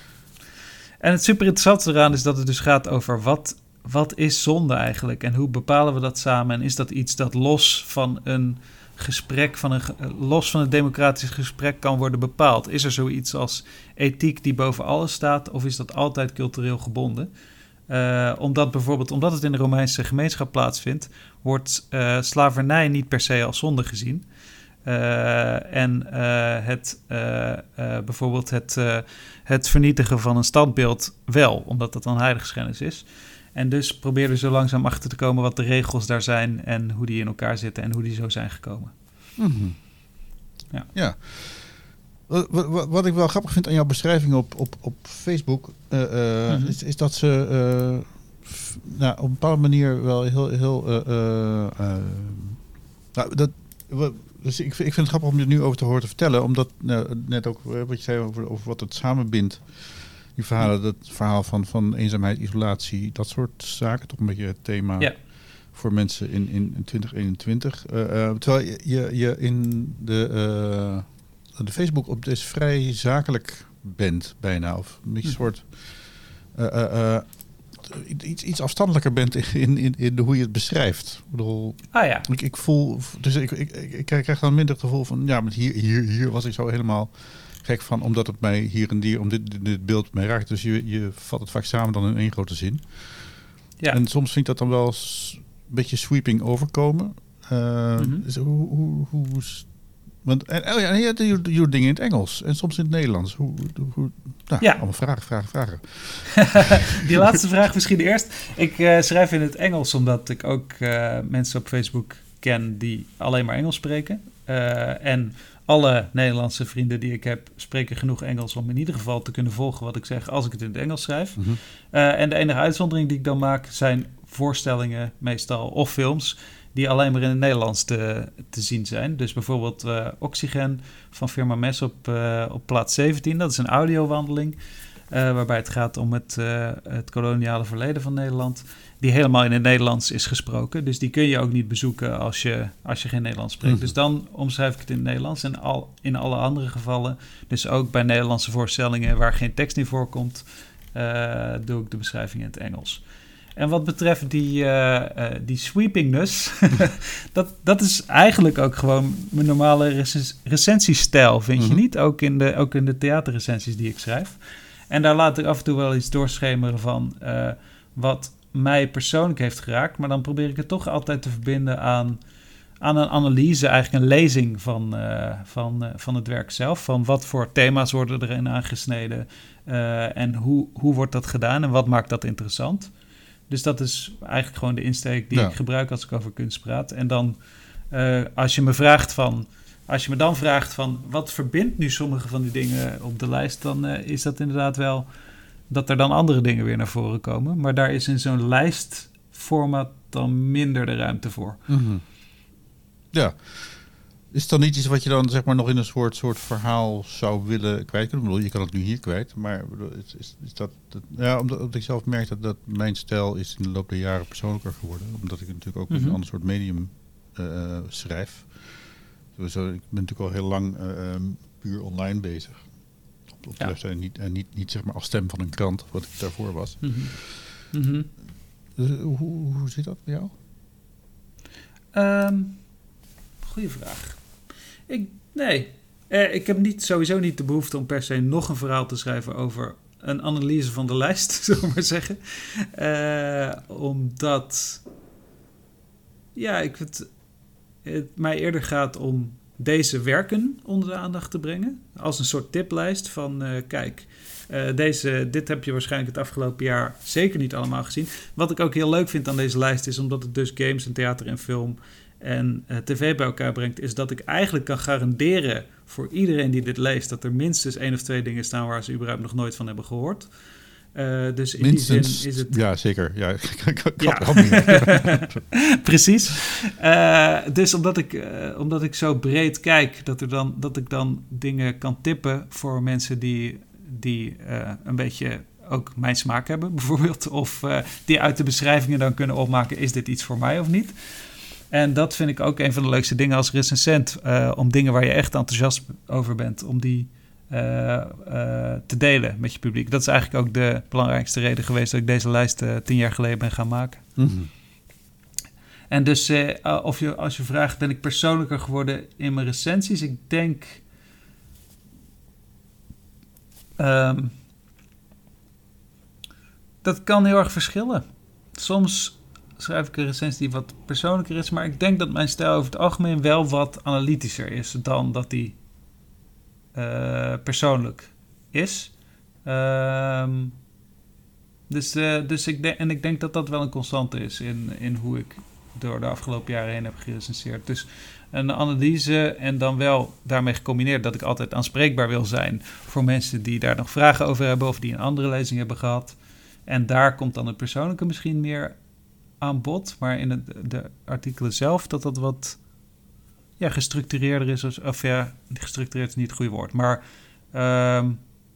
En het super interessante eraan is dat het dus gaat over wat, wat is zonde eigenlijk? En hoe bepalen we dat samen? En is dat iets dat los van een gesprek, van een, los van een democratisch gesprek kan worden bepaald? Is er zoiets als ethiek die boven alles staat, of is dat altijd cultureel gebonden? Uh, omdat bijvoorbeeld, omdat het in de Romeinse gemeenschap plaatsvindt, wordt uh, slavernij niet per se als zonde gezien. Uh, en uh, het, uh, uh, bijvoorbeeld het, uh, het vernietigen van een standbeeld wel, omdat dat dan heiligschennis is. En dus probeer er zo langzaam achter te komen wat de regels daar zijn en hoe die in elkaar zitten en hoe die zo zijn gekomen. Mm-hmm. Ja. ja. Wat, wat, wat ik wel grappig vind aan jouw beschrijving op, op, op Facebook, uh, uh, mm-hmm. is, is dat ze uh, f, nou, op een bepaalde manier wel heel... heel uh, uh, uh, nou, dat, dus ik, ik vind het grappig om je nu over te horen te vertellen, omdat nou, net ook wat je zei over, over wat het samenbindt. Die verhalen, dat verhaal van, van eenzaamheid, isolatie, dat soort zaken, toch een beetje het thema ja. voor mensen in, in, in twintig eenentwintig. Uh, uh, terwijl je, je, je in de, uh, de Facebook op dus vrij zakelijk bent bijna, of een beetje een soort uh, uh, uh, iets, iets afstandelijker bent in, in, in de, hoe je het beschrijft. Ik bedoel, ah, ja. ik, ik voel, dus ik, ik, ik, ik krijg dan minder het gevoel van, ja, maar hier, hier, hier was ik zo helemaal gek van, omdat het mij hier en die, om dit, dit beeld mij raakt. Dus je, je vat het vaak samen dan in één grote zin. Ja. En soms vind ik dat dan wel eens een beetje sweeping overkomen. Uh, mm-hmm. dus hoe, hoe, hoe, Want, en, oh ja, en je, je, je doet dingen in het Engels en soms in het Nederlands. Hoe, hoe, hoe nou, ja. allemaal vragen, vragen, vragen. Die laatste vraag misschien eerst. Ik uh, schrijf in het Engels omdat ik ook uh, mensen op Facebook ken die alleen maar Engels spreken. Uh, en alle Nederlandse vrienden die ik heb spreken genoeg Engels om in ieder geval te kunnen volgen wat ik zeg als ik het in het Engels schrijf. Mm-hmm. Uh, en de enige uitzondering die ik dan maak zijn voorstellingen meestal of films die alleen maar in het Nederlands te, te zien zijn. Dus bijvoorbeeld uh, Oxygen van Firma Mes op, uh, op plaats zeventien. Dat is een audiowandeling uh, waarbij het gaat om het, uh, het koloniale verleden van Nederland, die helemaal in het Nederlands is gesproken. Dus die kun je ook niet bezoeken als je, als je geen Nederlands spreekt. Mm-hmm. Dus dan omschrijf ik het in het Nederlands. En al, in alle andere gevallen, dus ook bij Nederlandse voorstellingen waar geen tekst in voorkomt, uh, doe ik de beschrijving in het Engels. En wat betreft die, uh, uh, die sweepingness, dat, dat is eigenlijk ook gewoon mijn normale rec- recensiestijl, vind mm-hmm. je niet? Ook in, de, ook in de theaterrecensies die ik schrijf. En daar laat ik af en toe wel iets doorschemeren van uh, wat mij persoonlijk heeft geraakt. Maar dan probeer ik het toch altijd te verbinden aan, aan een analyse, eigenlijk een lezing van, uh, van, uh, van het werk zelf. Van wat voor thema's worden erin aangesneden uh, en hoe, hoe wordt dat gedaan en wat maakt dat interessant. Dus dat is eigenlijk gewoon de insteek die ja. ik gebruik als ik over kunst praat. En dan, uh, als je me vraagt van, als je me dan vraagt van, wat verbindt nu sommige van die dingen op de lijst, dan uh, is dat inderdaad wel dat er dan andere dingen weer naar voren komen. Maar daar is in zo'n lijstformat dan minder de ruimte voor. Mm-hmm. Ja. Is het dan niet iets wat je dan zeg maar nog in een soort, soort verhaal zou willen kwijt kunnen? Ik bedoel, je kan het nu hier kwijt, maar is, is, is dat, dat... Ja, omdat, omdat ik zelf merk dat, dat mijn stijl is in de loop der jaren persoonlijker geworden. Omdat ik natuurlijk ook mm-hmm. een ander soort medium uh, schrijf. Dus, uh, ik ben natuurlijk al heel lang uh, um, puur online bezig. Op, op ja. de website en, niet, en niet, niet zeg maar als stem van een krant, wat ik daarvoor was. Mm-hmm. Mm-hmm. Dus, uh, hoe, hoe zit dat bij jou? Um, goeie vraag. Ik, nee, eh, ik heb niet, sowieso niet de behoefte om per se nog een verhaal te schrijven over een analyse van de lijst, zullen we maar zeggen. Uh, omdat, ja, ik het, het mij eerder gaat om deze werken onder de aandacht te brengen. Als een soort tiplijst van, uh, kijk, uh, deze, dit heb je waarschijnlijk het afgelopen jaar zeker niet allemaal gezien. Wat ik ook heel leuk vind aan deze lijst is, omdat het dus games en theater en film en uh, tv bij elkaar brengt, is dat ik eigenlijk kan garanderen voor iedereen die dit leest dat er minstens één of twee dingen staan waar ze überhaupt nog nooit van hebben gehoord. Uh, dus in minstens, die zin is het... Ja, zeker. Ja, ja. Precies. Uh, dus omdat ik, uh, omdat ik zo breed kijk, dat, er dan, dat ik dan dingen kan tippen voor mensen die, die uh, een beetje ook mijn smaak hebben, bijvoorbeeld. Of uh, die uit de beschrijvingen dan kunnen opmaken, is dit iets voor mij of niet? En dat vind ik ook een van de leukste dingen als recensent. Uh, om dingen waar je echt enthousiast over bent, om die uh, uh, te delen met je publiek. Dat is eigenlijk ook de belangrijkste reden geweest dat ik deze lijst uh, tien jaar geleden ben gaan maken. Mm-hmm. En dus uh, of je, als je vraagt, ben ik persoonlijker geworden in mijn recensies? Ik denk... Um, dat kan heel erg verschillen. Soms schrijf ik een recensie die wat persoonlijker is, maar ik denk dat mijn stijl over het algemeen wel wat analytischer is dan dat die uh, persoonlijk is. Um, dus uh, dus ik denk, en ik denk dat dat wel een constante is in, in hoe ik door de afgelopen jaren heen heb gerecenseerd. Dus een analyse en dan wel daarmee gecombineerd dat ik altijd aanspreekbaar wil zijn voor mensen die daar nog vragen over hebben of die een andere lezing hebben gehad. En daar komt dan het persoonlijke misschien meer aan bod, maar in het, de artikelen zelf dat dat wat ja, gestructureerder is. Of, of ja, gestructureerd is niet het goede woord, maar um,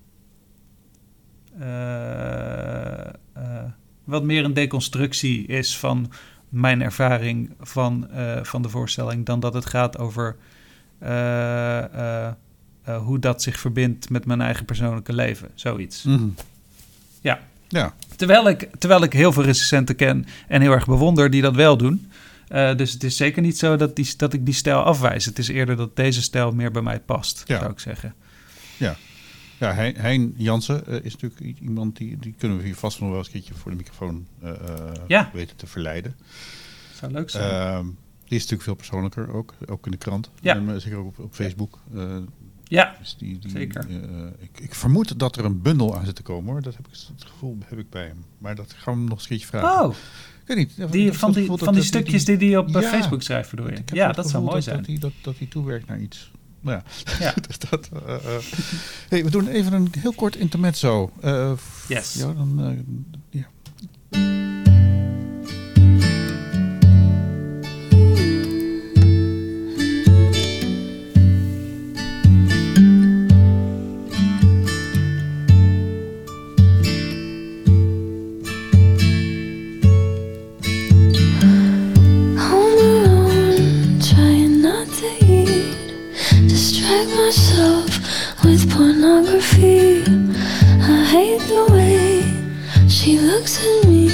uh, uh, wat meer een deconstructie is van mijn ervaring van, uh, van de voorstelling dan dat het gaat over uh, uh, uh, hoe dat zich verbindt met mijn eigen persoonlijke leven. Zoiets. Mm-hmm. Ja. Ja. Terwijl ik, terwijl ik heel veel recensenten ken en heel erg bewonder die dat wel doen. Uh, dus het is zeker niet zo dat, die, dat ik die stijl afwijs. Het is eerder dat deze stijl meer bij mij past, ja. zou ik zeggen. Ja, ja Hein, Hein Jansen uh, is natuurlijk iemand die, die kunnen we hier vast nog wel eens een keertje voor de microfoon uh, ja. weten te verleiden. Zou leuk zijn. Uh, Die is natuurlijk veel persoonlijker ook. Ook in de krant. Ja. En uh, zeker ook op, op Facebook. Uh, ja, dus die, die, zeker. Uh, ik, ik vermoed dat er een bundel aan zit te komen, hoor. Dat heb ik, het gevoel heb ik bij hem. Maar dat gaan we hem nog eens een keertje vragen. Oh, ik weet niet. die, van die, van die stukjes die hij op ja, Facebook schrijft, bedoel je? Ja, dat zou mooi dat, zijn. Dat hij, dat, dat hij toewerkt naar iets. Nou ja. ja. dus dat, uh, uh. Hey, we doen even een heel kort intermezzo. Uh, yes. Ja, dan... Uh, ja. With pornography, I hate the way she looks at me.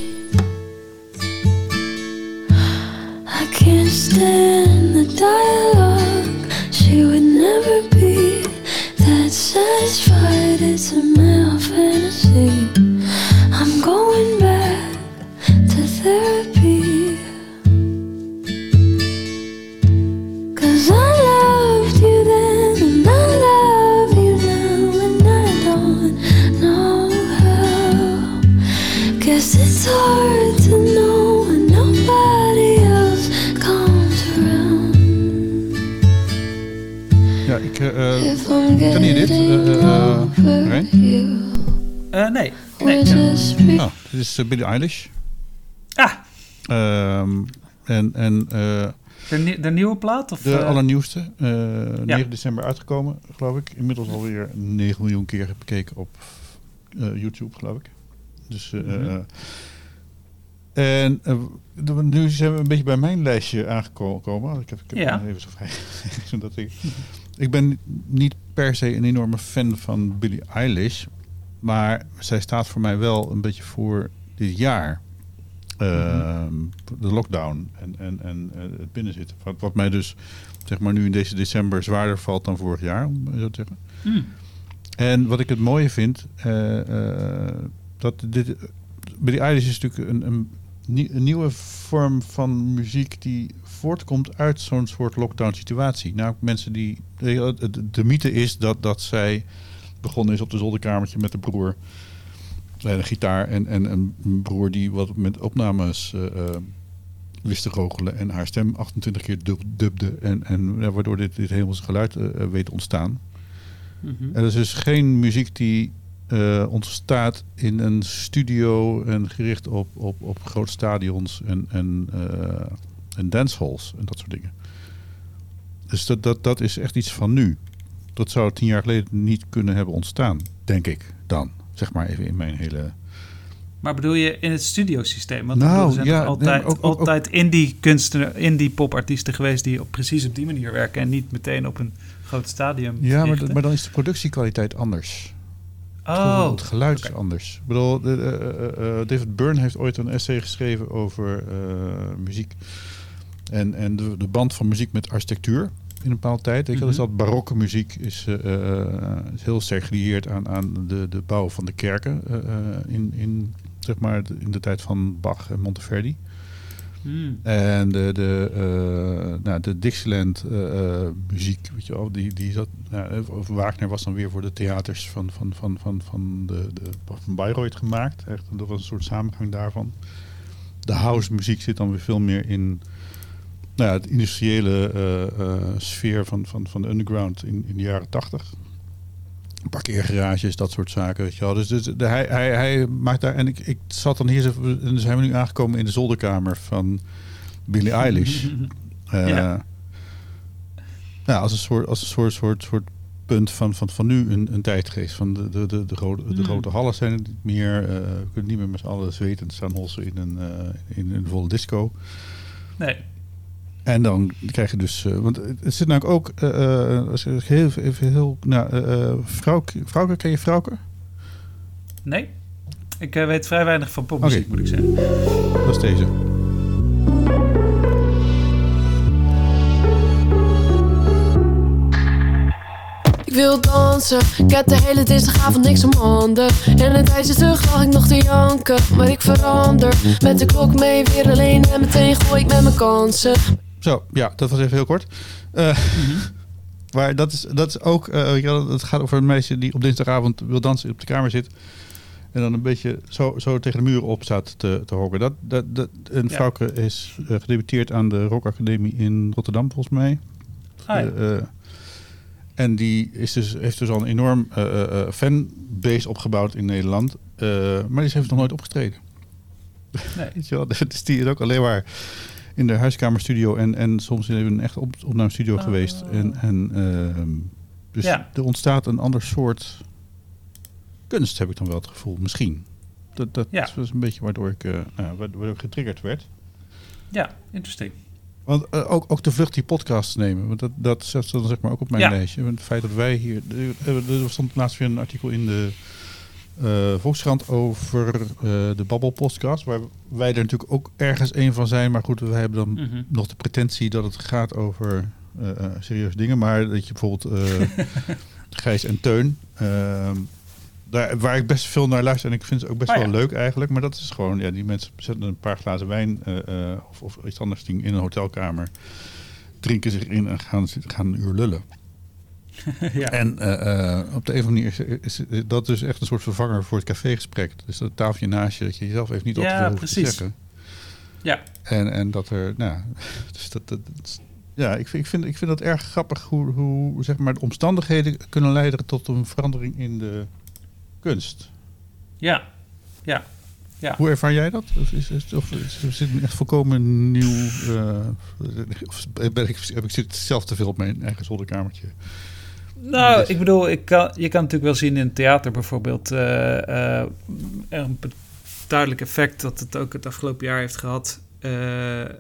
I can't stand the dialogue. She would never be that satisfied. It's a male fantasy. I'm going back to therapy. 'Cause I loved you then and I love you now and I don't know how. Guess it's hard to know when nobody else comes around. Ja, ik uh, ken je dit? Uh, uh, Rijn? Uh, nee. nee. Ja. Oh, dit is uh, Billie Eilish. Ah. Um, en... en uh, De, nie- de nieuwe plaat? Of, de uh... allernieuwste. Uh, ja. negen december uitgekomen, geloof ik. Inmiddels alweer negen miljoen keer bekeken op uh, YouTube, geloof ik. Dus, uh, mm-hmm. uh, en uh, nu zijn we een beetje bij mijn lijstje aangekomen. Ik heb, ik heb ja. even zo vrij. dat ik, ik ben niet per se een enorme fan van Billie Eilish. Maar zij staat voor mij wel een beetje voor dit jaar. Uh, mm-hmm. De lockdown en, en, en uh, het binnenzitten. Wat, wat mij dus zeg maar nu in deze december zwaarder valt dan vorig jaar, om zo te zeggen. Mm. En wat ik het mooie vind, uh, uh, dat dit Billie Eilish is natuurlijk een, een, een nieuwe vorm van muziek die voortkomt uit zo'n soort lockdown situatie. Nou, mensen die de, de, de mythe is dat, dat zij begonnen is op de zolderkamertje met de broer. Een gitaar en, en een broer die wat met opnames uh, uh, wist te goochelen en haar stem achtentwintig keer dub, dubde en, en ja, waardoor dit, dit hemelse geluid uh, weet te ontstaan. Mm-hmm. En dat is dus geen muziek die uh, ontstaat in een studio en gericht op, op, op grote stadions en, en, uh, en dancehalls en dat soort dingen. Dus dat, dat, dat is echt iets van nu. Dat zou tien jaar geleden niet kunnen hebben ontstaan, denk ik dan. Zeg maar even in mijn hele... Maar bedoel je in het studiosysteem? Want nou, er zijn ja, altijd, nee, ook, ook, altijd indie kunstenaars, indie popartiesten geweest die op, precies op die manier werken en niet meteen op een groot stadium. Ja, maar, d- maar dan is de productiekwaliteit anders. Oh, het, het geluid okay. is anders. Ik bedoel, de, uh, uh, David Byrne heeft ooit een essay geschreven over uh, muziek en, en de, de band van muziek met architectuur. In een bepaalde tijd. Mm-hmm. Dus dat barokke muziek is, uh, uh, is heel sterk gelieerd aan, aan de, de bouw van de kerken uh, in, in, zeg maar, de, in de tijd van Bach en Monteverdi. Mm. En de, de, uh, nou, de Dixieland uh, muziek, weet je wel, die, die zat, nou, Wagner was dan weer voor de theaters van, van, van, van, van, de, de, van Bayreuth gemaakt. Echt, dat was een soort samengang daarvan. De house muziek zit dan weer veel meer in... Nou ja, het industriële uh, uh, sfeer van, van, van de underground in, in de jaren tachtig. Parkeergarages, dat soort zaken. Weet je wel. Dus, dus de, hij, hij, hij maakt daar... En ik, ik zat dan hier... Zo, en dan zijn we nu aangekomen in de zolderkamer van Billie Eilish. uh, ja. Nou, als een soort, als een soort, soort, soort punt van, van, van nu een, een tijdgeest. Van de, de, de, de, rode, de mm. grote hallen zijn het niet meer. Uh, we kunnen niet meer met z'n allen zwetend staan holsen in een, uh, in een volle disco. Nee. En dan krijg je dus... Uh, want het zit namelijk ook... Uh, als ik heel, even heel... Nou, uh, Frauke, Frauke, ken je Frauke? Nee. Ik uh, weet vrij weinig van popmuziek, okay. Moet ik zeggen. Dat is deze. Ik wil dansen. Ik heb de hele dinsdagavond niks om handen. En een tijdje terug lag ik nog te janken. Maar ik verander met de klok mee weer alleen. En meteen gooi ik met mijn kansen. Zo, ja, dat was even heel kort. Uh, mm-hmm. Maar dat is, dat is ook... Uh, het gaat over een meisje die op dinsdagavond wil dansen, op de kamer zit. En dan een beetje zo, zo tegen de muur op staat te, te hokken. Dat, dat, dat, een vrouwke ja. is uh, gedebuteerd aan de Rock Academie in Rotterdam, volgens mij. Ah, ja. uh, uh, en die is dus, heeft dus al een enorm uh, uh, fanbase opgebouwd in Nederland. Uh, maar die heeft nog nooit opgetreden. Nee. Weet je wel? Dus die is ook alleen maar in de huiskamerstudio en, en soms in een echte op, opnamestudio oh. geweest. En, en, uh, dus ja. er ontstaat een ander soort kunst, heb ik dan wel het gevoel. Misschien. Dat, dat ja. was een beetje waardoor ik, uh, nou, waardoor ik getriggerd werd. Ja, interesting. Want uh, ook, ook de vlucht die podcasts nemen. Want dat, dat zet dan zeg maar ook op mijn ja. lijstje. Want het feit dat wij hier... Er stond laatst weer een artikel in de uh, Volkskrant over uh, de Babbel podcast. Waar wij er natuurlijk ook ergens een van zijn. Maar goed, wij hebben dan mm-hmm. nog de pretentie dat het gaat over uh, uh, serieuze dingen. Maar dat je bijvoorbeeld uh, Gijs en Teun... Uh, Daar, waar ik best veel naar luister en ik vind het ook best oh, wel ja. leuk eigenlijk. Maar dat is gewoon, ja, die mensen zetten een paar glazen wijn uh, uh, of, of iets anders in een hotelkamer. Drinken zich in en gaan, gaan een uur lullen. ja. En uh, uh, op de een of andere manier is, is, is dat dus echt een soort vervanger voor het cafégesprek. Dus dat tafeltje naast je, dat je jezelf even niet op te veel hoeft te zeggen. Ja, En, en dat er, nou, dus dat, dat, dat ja, ik vind, ik, vind, ik vind dat erg grappig hoe, hoe zeg maar, de omstandigheden kunnen leiden tot een verandering in de kunst. Ja, ja, ja. Hoe ervaar jij dat? Of is, is, of is, is het echt volkomen nieuw? Uh, of ben ik, heb ik zit zelf te veel op mijn eigen zolderkamertje? Nou, dus. ik bedoel, ik kan, je kan natuurlijk wel zien in het theater bijvoorbeeld uh, uh, een duidelijk effect dat het ook het afgelopen jaar heeft gehad, uh, uh,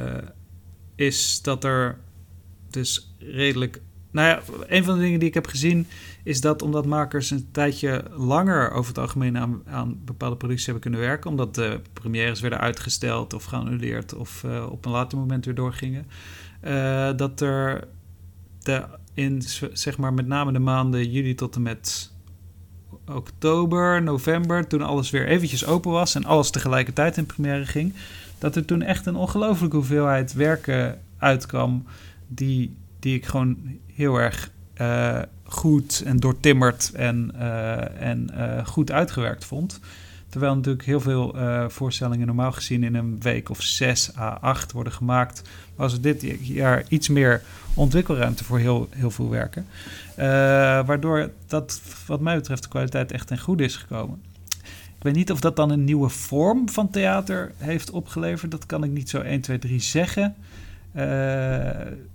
is dat er dus redelijk... Nou ja, een van de dingen die ik heb gezien is dat omdat makers een tijdje langer over het algemeen aan, aan bepaalde producties hebben kunnen werken, omdat de premières werden uitgesteld of geannuleerd of uh, op een later moment weer doorgingen, uh, dat er de, in zeg maar met name de maanden juli tot en met oktober, november, toen alles weer eventjes open was en alles tegelijkertijd in première ging, dat er toen echt een ongelooflijke hoeveelheid werken uitkwam die, die ik gewoon heel erg uh, goed en doortimmerd en, uh, en uh, goed uitgewerkt vond. Terwijl natuurlijk heel veel uh, voorstellingen normaal gezien in een week of zes à acht worden gemaakt, was er dit jaar iets meer ontwikkelruimte voor heel, heel veel werken. Uh, waardoor dat wat mij betreft de kwaliteit echt ten goede is gekomen. Ik weet niet of dat dan een nieuwe vorm van theater heeft opgeleverd. Dat kan ik niet zo één, twee, drie zeggen. Uh,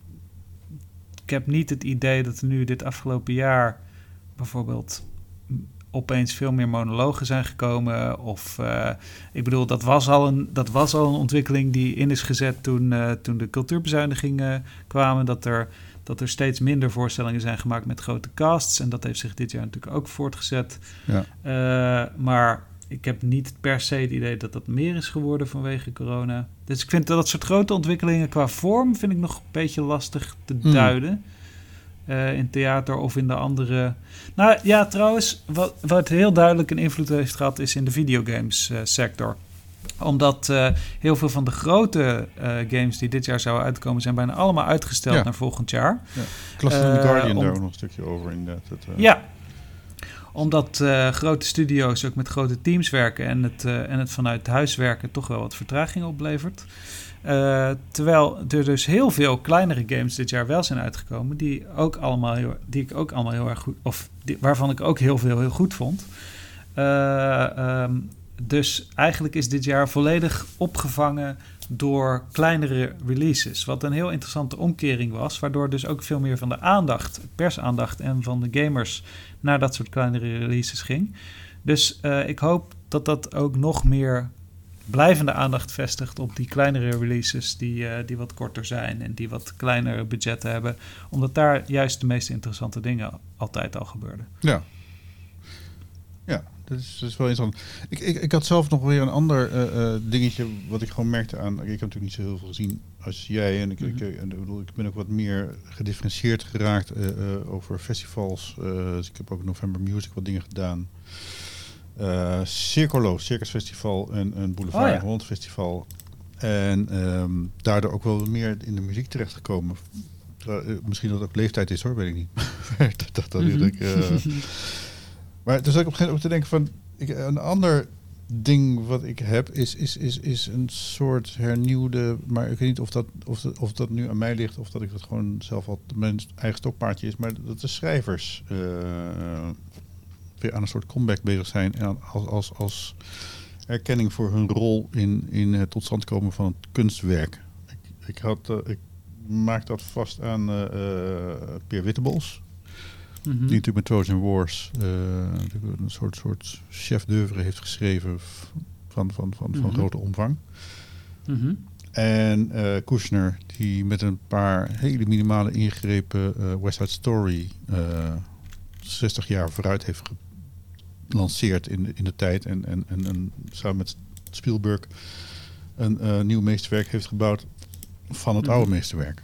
ik heb niet het idee dat er nu dit afgelopen jaar bijvoorbeeld opeens veel meer monologen zijn gekomen. Of uh, ik bedoel, dat was, al een, dat was al een ontwikkeling die in is gezet toen, uh, toen de cultuurbezuinigingen kwamen. Dat er, dat er steeds minder voorstellingen zijn gemaakt met grote casts. En dat heeft zich dit jaar natuurlijk ook voortgezet. Ja. Uh, maar ik heb niet per se het idee dat dat meer is geworden vanwege corona. Dus ik vind dat dat soort grote ontwikkelingen qua vorm vind ik nog een beetje lastig te mm. duiden. Uh, in theater of in de andere... Nou ja, trouwens, wat, wat heel duidelijk een invloed heeft gehad is in de videogames uh, sector. Omdat uh, heel veel van de grote uh, games die dit jaar zouden uitkomen zijn bijna allemaal uitgesteld ja. naar volgend jaar. Ja. Cluster uh, of the Guardian om... daar ook nog een stukje over in dat. Het, uh... Ja, omdat uh, grote studio's ook met grote teams werken en het, uh, en het vanuit huis werken toch wel wat vertraging oplevert. Uh, terwijl er dus heel veel kleinere games dit jaar wel zijn uitgekomen, die ook allemaal heel, die ik ook allemaal heel erg goed, of die, waarvan ik ook heel veel heel goed vond. Uh, um, dus eigenlijk is dit jaar volledig opgevangen door kleinere releases, wat een heel interessante omkering was, waardoor dus ook veel meer van de aandacht, persaandacht en van de gamers naar dat soort kleinere releases ging. Dus uh, ik hoop dat dat ook nog meer blijvende aandacht vestigt op die kleinere releases die, uh, die wat korter zijn en die wat kleinere budgetten hebben, omdat daar juist de meest interessante dingen altijd al gebeurden. Ja. Ja, dat is, dat is wel interessant. Ik, ik, ik had zelf nog weer een ander uh, uh, dingetje wat ik gewoon merkte aan. Ik heb natuurlijk niet zo heel veel gezien als jij. En ik, mm-hmm. ik, ik, bedoel, ik ben ook wat meer gedifferentieerd geraakt uh, uh, over festivals. Uh, dus ik heb ook November Music wat dingen gedaan. Uh, Circolo, Circus Festival en een Boulevard oh, ja. Holland Festival. En um, daardoor ook wel meer in de muziek terechtgekomen. Uh, misschien dat het ook leeftijd is hoor, weet ik niet. dat, dat, dat, mm-hmm. ik, uh, maar toen zat ik op een gegeven moment te denken van... Ik, een ander ding wat ik heb is, is, is, is een soort hernieuwde... Maar ik weet niet of dat, of, dat, of dat nu aan mij ligt... of dat ik dat gewoon zelf al mijn eigen stokpaardje is. Maar dat de schrijvers uh, weer aan een soort comeback bezig zijn. En als, als, als erkenning voor hun rol in, in het tot stand komen van het kunstwerk. Ik, ik, had, uh, ik maak dat vast aan uh, uh, Peer Wittebols. Mm-hmm. Die natuurlijk met Trojan Wars uh, een soort, soort chef d'oeuvre heeft geschreven van, van, van, van mm-hmm. grote omvang. Mm-hmm. En uh, Kushner, die met een paar hele minimale ingrepen uh, West Side Story uh, zestig jaar vooruit heeft gelanceerd in de, in de tijd. En, en, en, en samen met Spielberg een uh, nieuw meesterwerk heeft gebouwd van het mm-hmm. oude meesterwerk.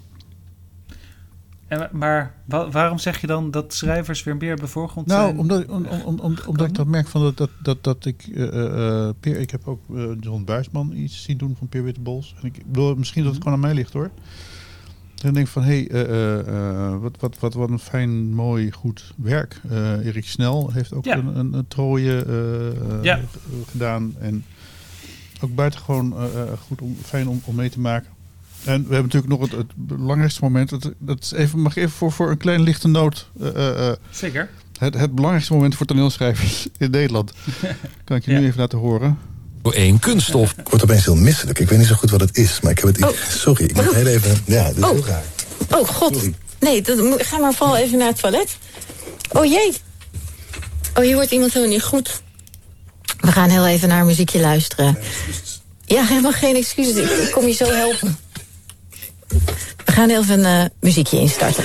En, maar wa- waarom zeg je dan dat schrijvers weer meer bevoorgrond nou, zijn? Nou, omdat, om, om, om, omdat ik dat merk van dat, dat, dat, dat ik... Uh, uh, Peer, ik heb ook uh, John Buisman iets zien doen van Peer Wittebols. En ik bedoel, misschien dat het gewoon aan mij ligt hoor. Dan denk ik van, hé, hey, uh, uh, wat, wat, wat, wat een fijn, mooi, goed werk. Uh, Erik Snel heeft ook ja. een, een, een trooie uh, ja. g- gedaan. En ook buitengewoon uh, goed, om, fijn om, om mee te maken. En we hebben natuurlijk nog het, het belangrijkste moment. Dat, dat is even, mag ik even voor, voor een klein lichte noot. Uh, uh, Zeker. Het, het belangrijkste moment voor toneelschrijvers in Nederland. Kan ik je ja. nu even laten horen. Door één kunststof. Ik word opeens heel misselijk. Ik weet niet zo goed wat het is, maar ik heb het... Oh. Sorry, ik moet oh. heel even... Ja, dit is oh. heel raar. Oh, god. Sorry. Nee, dat, ga maar vooral even naar het toilet. Oh jee. Oh, hier wordt iemand helemaal niet goed. We gaan heel even naar een muziekje luisteren. Nee, ja, helemaal geen excuses. Ik, ik kom je zo helpen. We gaan even een uh, muziekje instarten.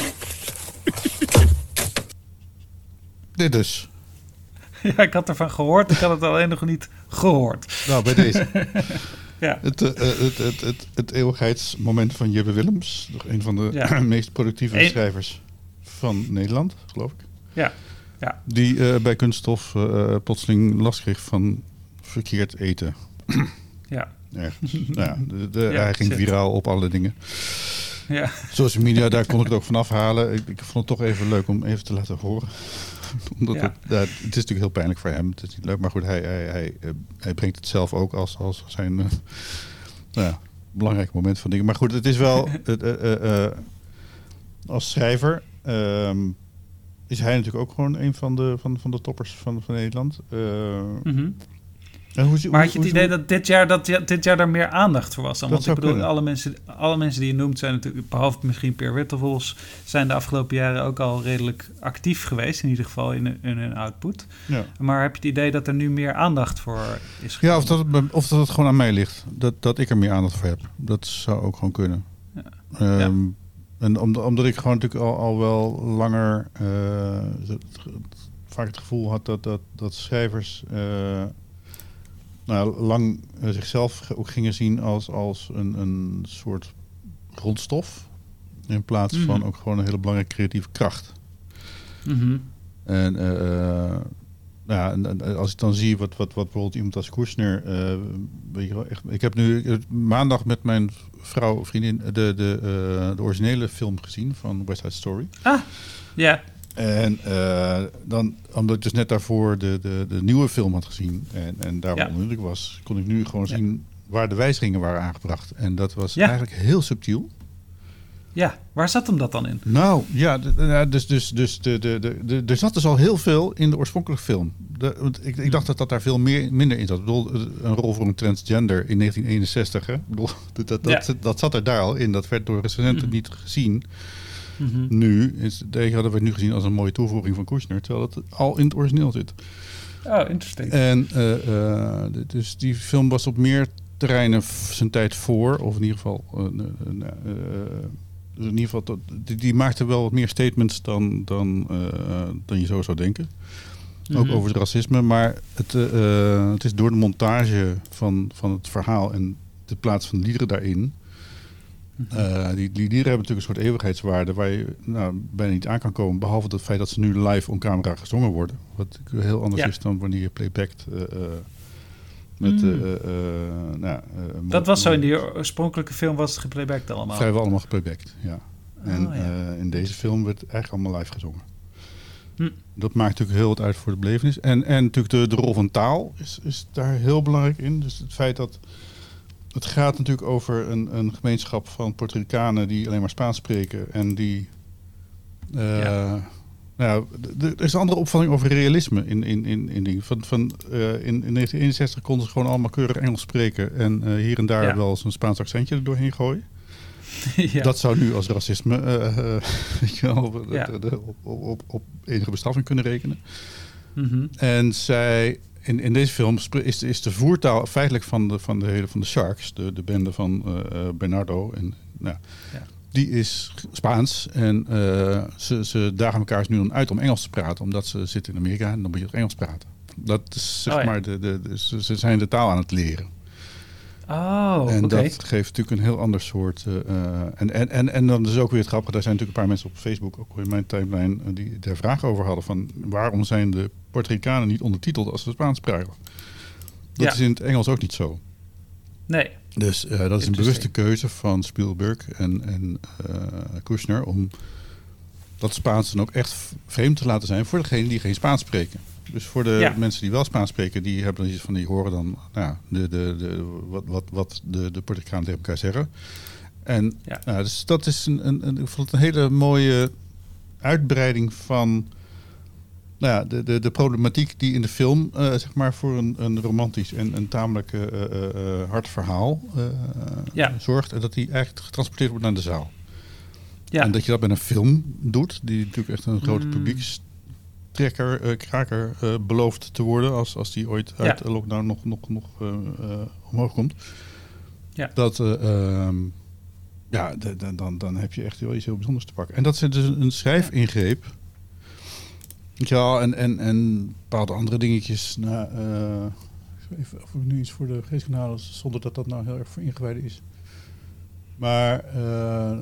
Dit dus. Ja, ik had ervan gehoord. Ik had het alleen nog niet gehoord. Nou, bij deze. ja. Het, uh, het, het, het, het eeuwigheidsmoment van Jibbe Willems. Nog een van de ja. meest productieve Eén... schrijvers van Nederland, geloof ik. Ja. ja. Die uh, bij Kunststof uh, plotseling last kreeg van verkeerd eten. ja. Ergens. nou ja, de, de, ja, hij ging shit. viraal op alle dingen. Ja. Social media, daar kon ik het ook van afhalen. Ik, ik vond het toch even leuk om even te laten horen. Omdat ja. het, uh, het is natuurlijk heel pijnlijk voor hem. Het is niet leuk, maar goed, hij, hij, hij, uh, hij brengt het zelf ook als, als zijn uh, nou ja, belangrijk moment van dingen. Maar goed, het is wel uh, uh, uh, als schrijver um, is hij natuurlijk ook gewoon een van de, van, van de toppers van, van Nederland. Uh, mm-hmm. En hoe, maar had hoe, je het idee dat dit jaar, dat dit jaar daar meer aandacht voor was dan? Want ik bedoel, kunnen. alle mensen, alle mensen die je noemt zijn natuurlijk, behalve misschien Peer Wittebols, zijn de afgelopen jaren ook al redelijk actief geweest, in ieder geval in, in hun output. Ja. Maar heb je het idee dat er nu meer aandacht voor is gekomen? Ja, of dat het, of dat het gewoon aan mij ligt. Dat, dat ik er meer aandacht voor heb. Dat zou ook gewoon kunnen. Ja. Um, ja. En om, omdat ik gewoon natuurlijk al, al wel langer uh, het, vaak het gevoel had dat, dat, dat schrijvers... Uh, Nou, lang uh, zichzelf ook gingen zien als, als een, een soort grondstof. In plaats mm-hmm. van ook gewoon een hele belangrijke creatieve kracht. Mm-hmm. En, uh, ja, en, en als ik dan zie wat, wat, wat bijvoorbeeld iemand als Kushner... Uh, weet je wel, echt, ik heb nu uh, maandag met mijn vrouw, vriendin... de, de, uh, de originele film gezien van West Side Story. Ah, ja. Yeah. En uh, dan, omdat ik dus net daarvoor de, de, de nieuwe film had gezien en, en daar wel onder indruk was, kon ik nu gewoon ja. zien waar de wijzigingen waren aangebracht. En dat was ja. eigenlijk heel subtiel. Ja, waar zat hem dat dan in? Nou, ja, de, dus, dus, dus de, de, de, de, er zat dus al heel veel in de oorspronkelijke film. De, want ik, ik dacht dat dat daar veel meer, minder in zat. Ik bedoel, een rol voor een transgender in negentien eenenzestig, hè? Ik bedoel, dat, dat, ja. dat, dat zat er daar al in. Dat werd door recensenten mm. niet gezien. Mm-hmm. Nu is het enige hadden we nu gezien als een mooie toevoeging van Kushner, terwijl het al in het origineel zit. Oh, interesting. En uh, uh, dus die film was op meer terreinen zijn tijd voor, of in ieder geval, uh, uh, uh, dus in ieder geval, die, die maakte wel wat meer statements dan dan, uh, dan je zo zou denken. Ook Mhm. over het racisme. Maar het, uh, uh, het is door de montage van, van het verhaal en de plaats van de liederen daarin. Uh, die, die liederen hebben natuurlijk een soort eeuwigheidswaarde waar je nou, bijna niet aan kan komen. Behalve het feit dat ze nu live on camera gezongen worden. Wat heel anders Ja. is dan wanneer je playbackt. Uh, uh, met, uh, Mm. uh, uh, nou, uh, Dat was zo in die oorspronkelijke film, was het geplaybacked allemaal. Vrijwel allemaal geplaybacked, ja. En Oh, ja. uh, in deze film werd eigenlijk allemaal live gezongen. Hm. Dat maakt natuurlijk heel wat uit voor de belevenis. En, en natuurlijk de, de rol van taal is, is daar heel belangrijk in. Dus het feit dat... Het gaat natuurlijk over een, een gemeenschap van Puerto Ricanen die alleen maar Spaans spreken. En die... Uh, Ja. Nou, d- d- er is een andere opvatting over realisme in, in, in, in die. Van, van, uh, in, in negentien eenenzestig konden ze gewoon allemaal keurig Engels spreken. En uh, hier en daar Ja. wel eens een Spaans accentje er doorheen gooien. Ja. Dat zou nu als racisme uh, uh, weet je wel, op, Ja. op, op, op, op enige bestraffing kunnen rekenen. Mhm. En zij, in, in deze film spre- is, de- is de voertaal feitelijk van de, van de, hele, van de Sharks, de, de bende van uh, uh, Bernardo. En, nou, Ja. Die is Spaans. En uh, ze, ze dagen elkaar nu dan uit om Engels te praten, omdat ze zitten in Amerika en dan moet je ook Engels praten. Dat is zeg Oh ja. maar, de, de, de, ze, ze zijn de taal aan het leren. Oh, En oké. dat geeft natuurlijk een heel ander soort. Uh, en, en, en, en dan is ook weer het grappige. Daar zijn natuurlijk een paar mensen op Facebook, ook in mijn timeline, uh, die daar vragen over hadden. Van waarom zijn de Puerto Ricanen niet ondertiteld als ze Spaans spreken? Dat Ja. is in het Engels ook niet zo. Nee. Dus uh, dat is een Interesting. bewuste keuze van Spielberg en, en uh, Kushner om dat Spaans dan ook echt v- vreemd te laten zijn voor degenen die geen Spaans spreken. Dus voor de Ja. mensen die wel Spaans spreken, die hebben dan iets van die horen dan nou, ja, de, de, de, wat, wat, wat de, de Puerto Ricanen tegen elkaar zeggen. En Ja. nou, dus dat is een, een, een, ik vond het een hele mooie uitbreiding van nou ja, de, de, de problematiek die in de film uh, zeg maar voor een, een romantisch en een tamelijk uh, uh, uh, hard verhaal uh, Ja. zorgt. En dat die eigenlijk getransporteerd wordt naar de zaal. Ja. En dat je dat met een film doet, die natuurlijk echt een grote Mm. publiekstrekker, uh, kraker uh, belooft te worden, als, als die ooit uit Ja. de lockdown nog, nog, nog uh, uh, omhoog komt. Ja. Dat, uh, um, ja, de, de, dan, dan heb je echt wel iets heel bijzonders te pakken. En dat is dus een schrijfingreep. Ja, en, en, en bepaalde andere dingetjes. Nou, uh, even of ik nu iets voor de geestkanalen, zonder dat dat nou heel erg voor ingewijden is. Maar uh,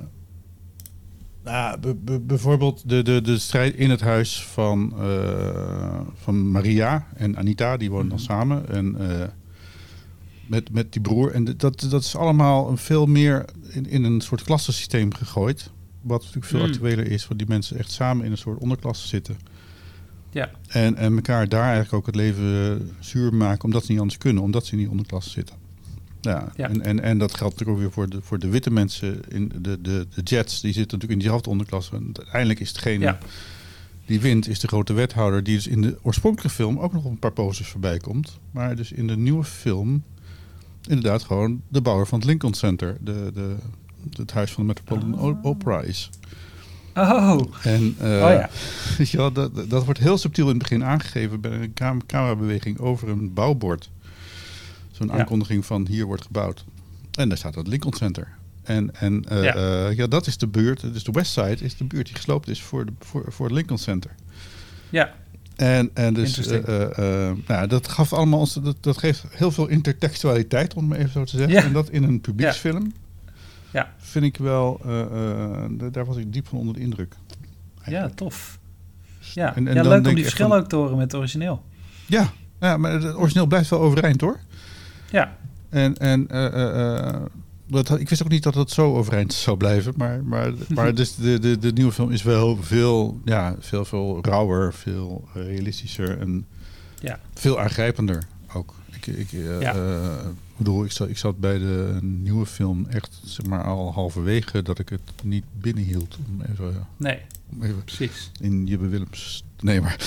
nou, b- b- bijvoorbeeld de, de, de strijd in het huis van, uh, van Maria en Anita, die wonen dan samen. En uh, met, met die broer. En dat, dat is allemaal een veel meer in, in een soort klassensysteem gegooid. Wat natuurlijk veel Mm. actueler is, want die mensen echt samen in een soort onderklasse zitten. Ja. En, en elkaar daar eigenlijk ook het leven zuur maken, omdat ze niet anders kunnen, omdat ze in die onderklasse zitten. Ja, Ja. En, en, en dat geldt natuurlijk ook weer voor de, voor de witte mensen, in de, de, de Jets, die zitten natuurlijk in diezelfde onderklasse. En uiteindelijk is degene Ja. die wint, is de grote wethouder, die dus in de oorspronkelijke film ook nog op een paar posters voorbij komt. Maar dus in de nieuwe film inderdaad gewoon de bouwer van het Lincoln Center, de, de, het huis van de Metropolitan O- Opera is. Oh. En uh, Oh ja. weet je wel, dat, dat wordt heel subtiel in het begin aangegeven bij een cam- camerabeweging over een bouwbord. Zo'n Ja. aankondiging van hier wordt gebouwd. En daar staat het Lincoln Center. En, en uh, Ja. ja. Uh, ja, dat is de buurt, dus de Westside is de buurt die gesloopt is voor, de, voor, voor het Lincoln Center. Ja. En, en dus uh, Interesting. uh, uh, nou, dat gaf allemaal ons, dat, dat geeft heel veel intertextualiteit, om het maar even zo te zeggen. Ja. En dat in een publieksfilm. Ja. Vind ik wel, uh, uh, daar was ik diep van onder de indruk. Ja, tof. Ja, En- en ja dan leuk om denk die ik echt verschillen van- ook te horen met het origineel. Ja, ja, maar het origineel blijft wel overeind hoor. Ja. En, en uh, uh, uh, dat, ik wist ook niet dat het zo overeind zou blijven. Maar, maar, maar dus de, de, de nieuwe film is wel veel, ja, veel, veel rauwer, veel uh, realistischer en Ja. veel aangrijpender ook. Ik, ik, uh, Ja. uh, bedoel, ik zat, ik zat bij de nieuwe film echt zeg maar, al halverwege dat ik het niet binnenhield. Om even, Nee, om even precies. in Jibbe Willems. Nee, maar.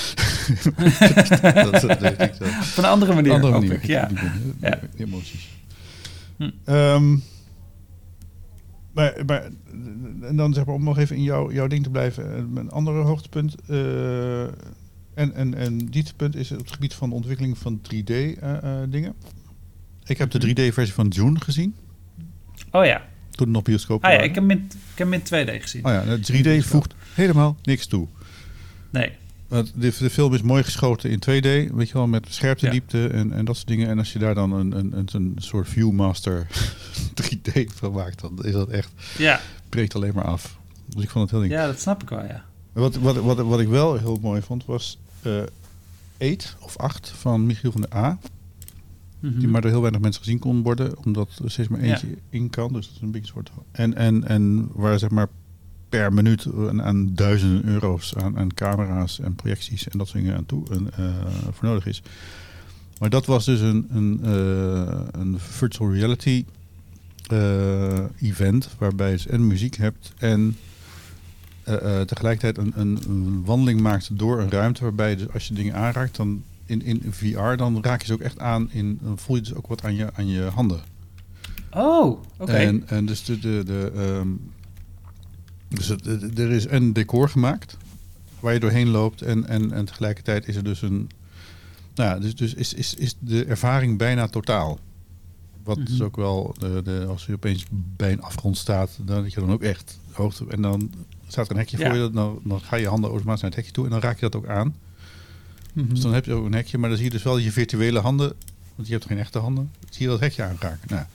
dat, dat deed ik zo. Op een andere manier, Andere hoop manier. ik, ja. Die, die, Ja. die emoties. Hm. Um, maar, maar en dan zeg maar om nog even in jouw, jouw ding te blijven. Een andere hoogtepunt. Uh, en, en, en dieptepunt is het gebied van de ontwikkeling van drie D uh, uh, dingen. Ik heb de drie D-versie van Dune gezien. Oh ja. Toen het nog bioscoop Ah ja, waren. ik heb hem in, ik heb hem in twee D gezien. Oh ja, de drie D voegt helemaal niks toe. Nee. Want de, de film is mooi geschoten in twee D, weet je wel, met scherptediepte ja. en, en dat soort dingen. En als je daar dan een, een, een, een soort Viewmaster drie D van maakt, dan is dat echt, ja. breekt alleen maar af. Dus ik vond het heel ding. Ja, dat snap ik wel, ja. Wat, wat, wat, wat ik wel heel mooi vond, was uh, Eight of acht van Michiel van der A. Mm-hmm. Die maar door heel weinig mensen gezien kon worden, omdat er steeds maar eentje ja. in kan. Dus dat is een beetje een soort... En, en, en waar zeg maar per minuut aan, aan duizenden euro's aan, aan camera's en projecties en dat soort dingen aan toe en, uh, voor nodig is. Maar dat was dus een, een, uh, een virtual reality uh, event waarbij je dus en muziek hebt en uh, uh, tegelijkertijd een, een, een wandeling maakt door een ruimte waarbij je dus als je dingen aanraakt, dan in, in V R, dan raak je ze ook echt aan, in, dan voel je dus ook wat aan je, aan je handen. Oh, oké. Okay. En, en dus de... de, de um, Dus het, het, er is een decor gemaakt waar je doorheen loopt en, en, en tegelijkertijd is er dus een... Nou ja, dus, dus is, is, is de ervaring bijna totaal. Wat mm-hmm. is ook wel, de, de, als je opeens bij een afgrond staat, dan dat je dan ook echt hoogte... En dan staat er een hekje ja. voor je, dan, dan ga je handen automatisch naar het hekje toe en dan raak je dat ook aan. Mm-hmm. Dus dan heb je ook een hekje, maar dan zie je dus wel je virtuele handen, want je hebt geen echte handen, zie je dat hekje aanraken. Nou,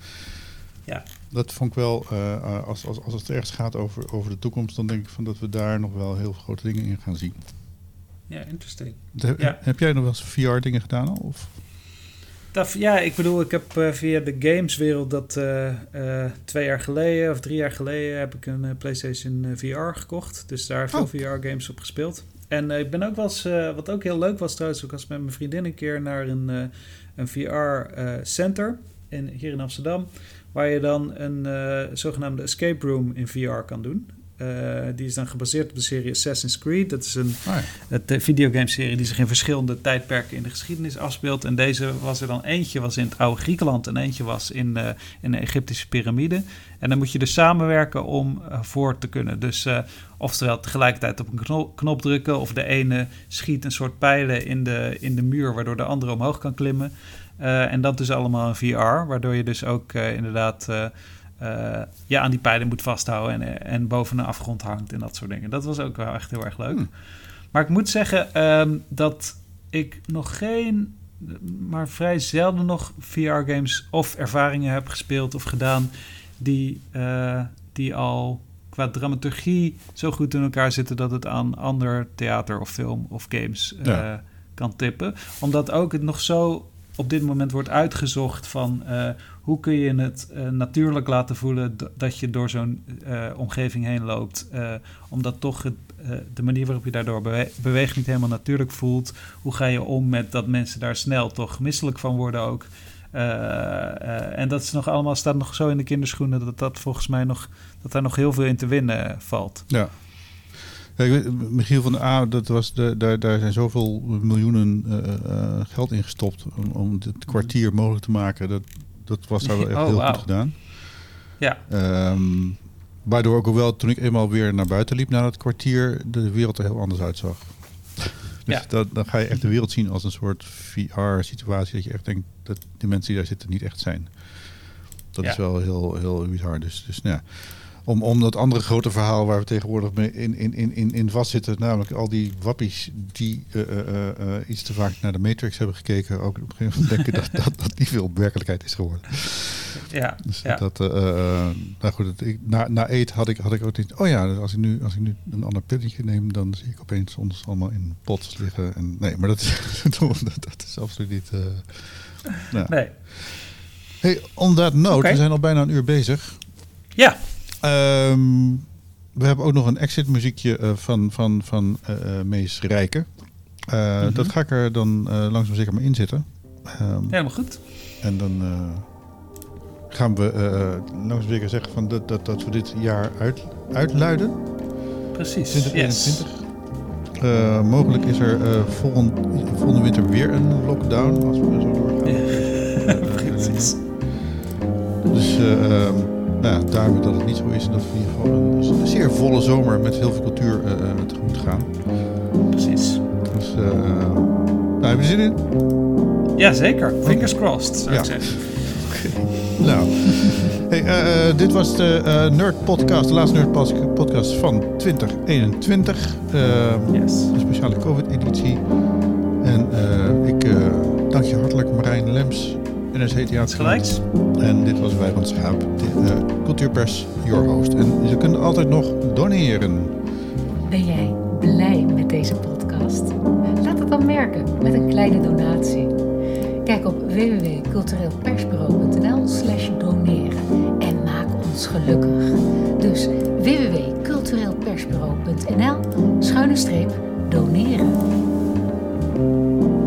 ja. Dat vond ik wel, uh, als, als, als het ergens gaat over, over de toekomst, dan denk ik van dat we daar nog wel heel grote dingen in gaan zien. Ja, interesting. Heb, ja. heb jij nog wel eens V R dingen gedaan al? Of? Dat, ja, ik bedoel, ik heb uh, via de gameswereld dat uh, uh, twee jaar geleden of drie jaar geleden heb ik een uh, PlayStation uh, V R gekocht. Dus daar veel oh. V R-games op gespeeld. En uh, ik ben ook wel eens, uh, wat ook heel leuk was trouwens, ook als met mijn vriendin een keer naar een, uh, een V R-center uh, in, hier in Amsterdam. Waar je dan een uh, zogenaamde escape room in V R kan doen. Uh, die is dan gebaseerd op de serie Assassin's Creed. Dat is een oh ja. de videogameserie die zich in verschillende tijdperken in de geschiedenis afspeelt. En deze was er dan eentje was in het oude Griekenland en eentje was in, uh, in de Egyptische piramide. En dan moet je dus samenwerken om uh, voor te kunnen. Dus uh, oftewel tegelijkertijd op een knop, knop drukken of de ene schiet een soort pijlen in de, in de muur waardoor de andere omhoog kan klimmen. Uh, en dat dus allemaal in V R, waardoor je dus ook uh, inderdaad uh, uh, ja, aan die pijlen moet vasthouden en, en boven een afgrond hangt en dat soort dingen. Dat was ook wel echt heel erg leuk. Hmm. Maar ik moet zeggen um, dat ik nog geen, maar vrij zelden nog V R-games of ervaringen heb gespeeld of gedaan die, uh, die al qua dramaturgie zo goed in elkaar zitten dat het aan ander theater of film of games uh, ja. kan tippen. Omdat ook het nog zo op dit moment wordt uitgezocht van uh, hoe kun je het uh, natuurlijk laten voelen d- dat je door zo'n uh, omgeving heen loopt. Uh, omdat toch het, uh, de manier waarop je daardoor bewe- beweegt niet helemaal natuurlijk voelt. Hoe ga je om met dat mensen daar snel toch misselijk van worden ook. Uh, uh, en dat is nog allemaal, staat nog zo in de kinderschoenen dat dat volgens mij nog, dat daar nog heel veel in te winnen valt. Ja. Ja, ik weet, Michiel van der A, dat was de, daar, daar zijn zoveel miljoenen uh, uh, geld in gestopt om, om het kwartier mogelijk te maken. Dat, dat was daar wel echt oh, heel wow. goed gedaan. Ja. Um, waardoor ook wel, toen ik eenmaal weer naar buiten liep naar het kwartier, de wereld er heel anders uitzag. Dus ja. dat, dan ga je echt de wereld zien als een soort V R-situatie. Dat je echt denkt dat die mensen die daar zitten niet echt zijn. Dat ja. is wel heel, heel bizar. Dus, dus nou ja. Om, om dat andere grote verhaal waar we tegenwoordig mee in, in, in, in vastzitten, namelijk al die wappies die uh, uh, uh, iets te vaak naar de Matrix hebben gekeken, ook op een gegeven moment denken dat, dat dat niet veel werkelijkheid is geworden. Ja. Dus ja. dat, uh, uh, nou goed, het, ik, na, na Eet had ik, had ik ook niet, oh ja, als ik nu, als ik nu een ander pilletje neem, dan zie ik opeens ons allemaal in pots liggen. En, nee, maar dat is, dat, dat is absoluut niet. Uh, nou. Nee. Hey, on that note, okay. We zijn al bijna een uur bezig. Ja. Um, we hebben ook nog een exit muziekje uh, van, van, van uh, uh, Mees Rijken. Uh, mm-hmm. Dat ga ik er dan uh, langzaam zeker maar in zitten. Um, Helemaal goed. En dan uh, gaan we uh, langzaam zeker zeggen van dat, dat, dat we dit jaar uit, uitluiden. Precies. twintig eenentwintig. Yes. Uh, mogelijk is er uh, volgend, volgende winter weer een lockdown als we zo doorgaan. Ja. Precies. Dus uh, um, nou ja, daarom dat het niet zo is en dat we in ieder geval een, een zeer volle zomer met heel veel cultuur uh, tegemoet gaan. Precies. Dus uh, nou, heb je er zin in? Ja, zeker. Fingers crossed, zou ja. ik zeggen. Okay. Nou, Hey, uh, dit was de uh, Nerd Podcast, de laatste Nerd Podcast van twintig eenentwintig. Uh, yes. Een speciale COVID-editie. En uh, ik uh, dank je hartelijk, Marijn Lems, N S C Theater. Gelijks. En dit was Wij van het Schaap, de uh, Cultuurpers, your host. En ze kunnen altijd nog doneren. Ben jij blij met deze podcast? Laat het dan merken met een kleine donatie. Kijk op w w w punt cultureelpersbureau punt n l slash doneren en maak ons gelukkig. Dus w w w punt cultureelpersbureau punt n l schuine streep doneren.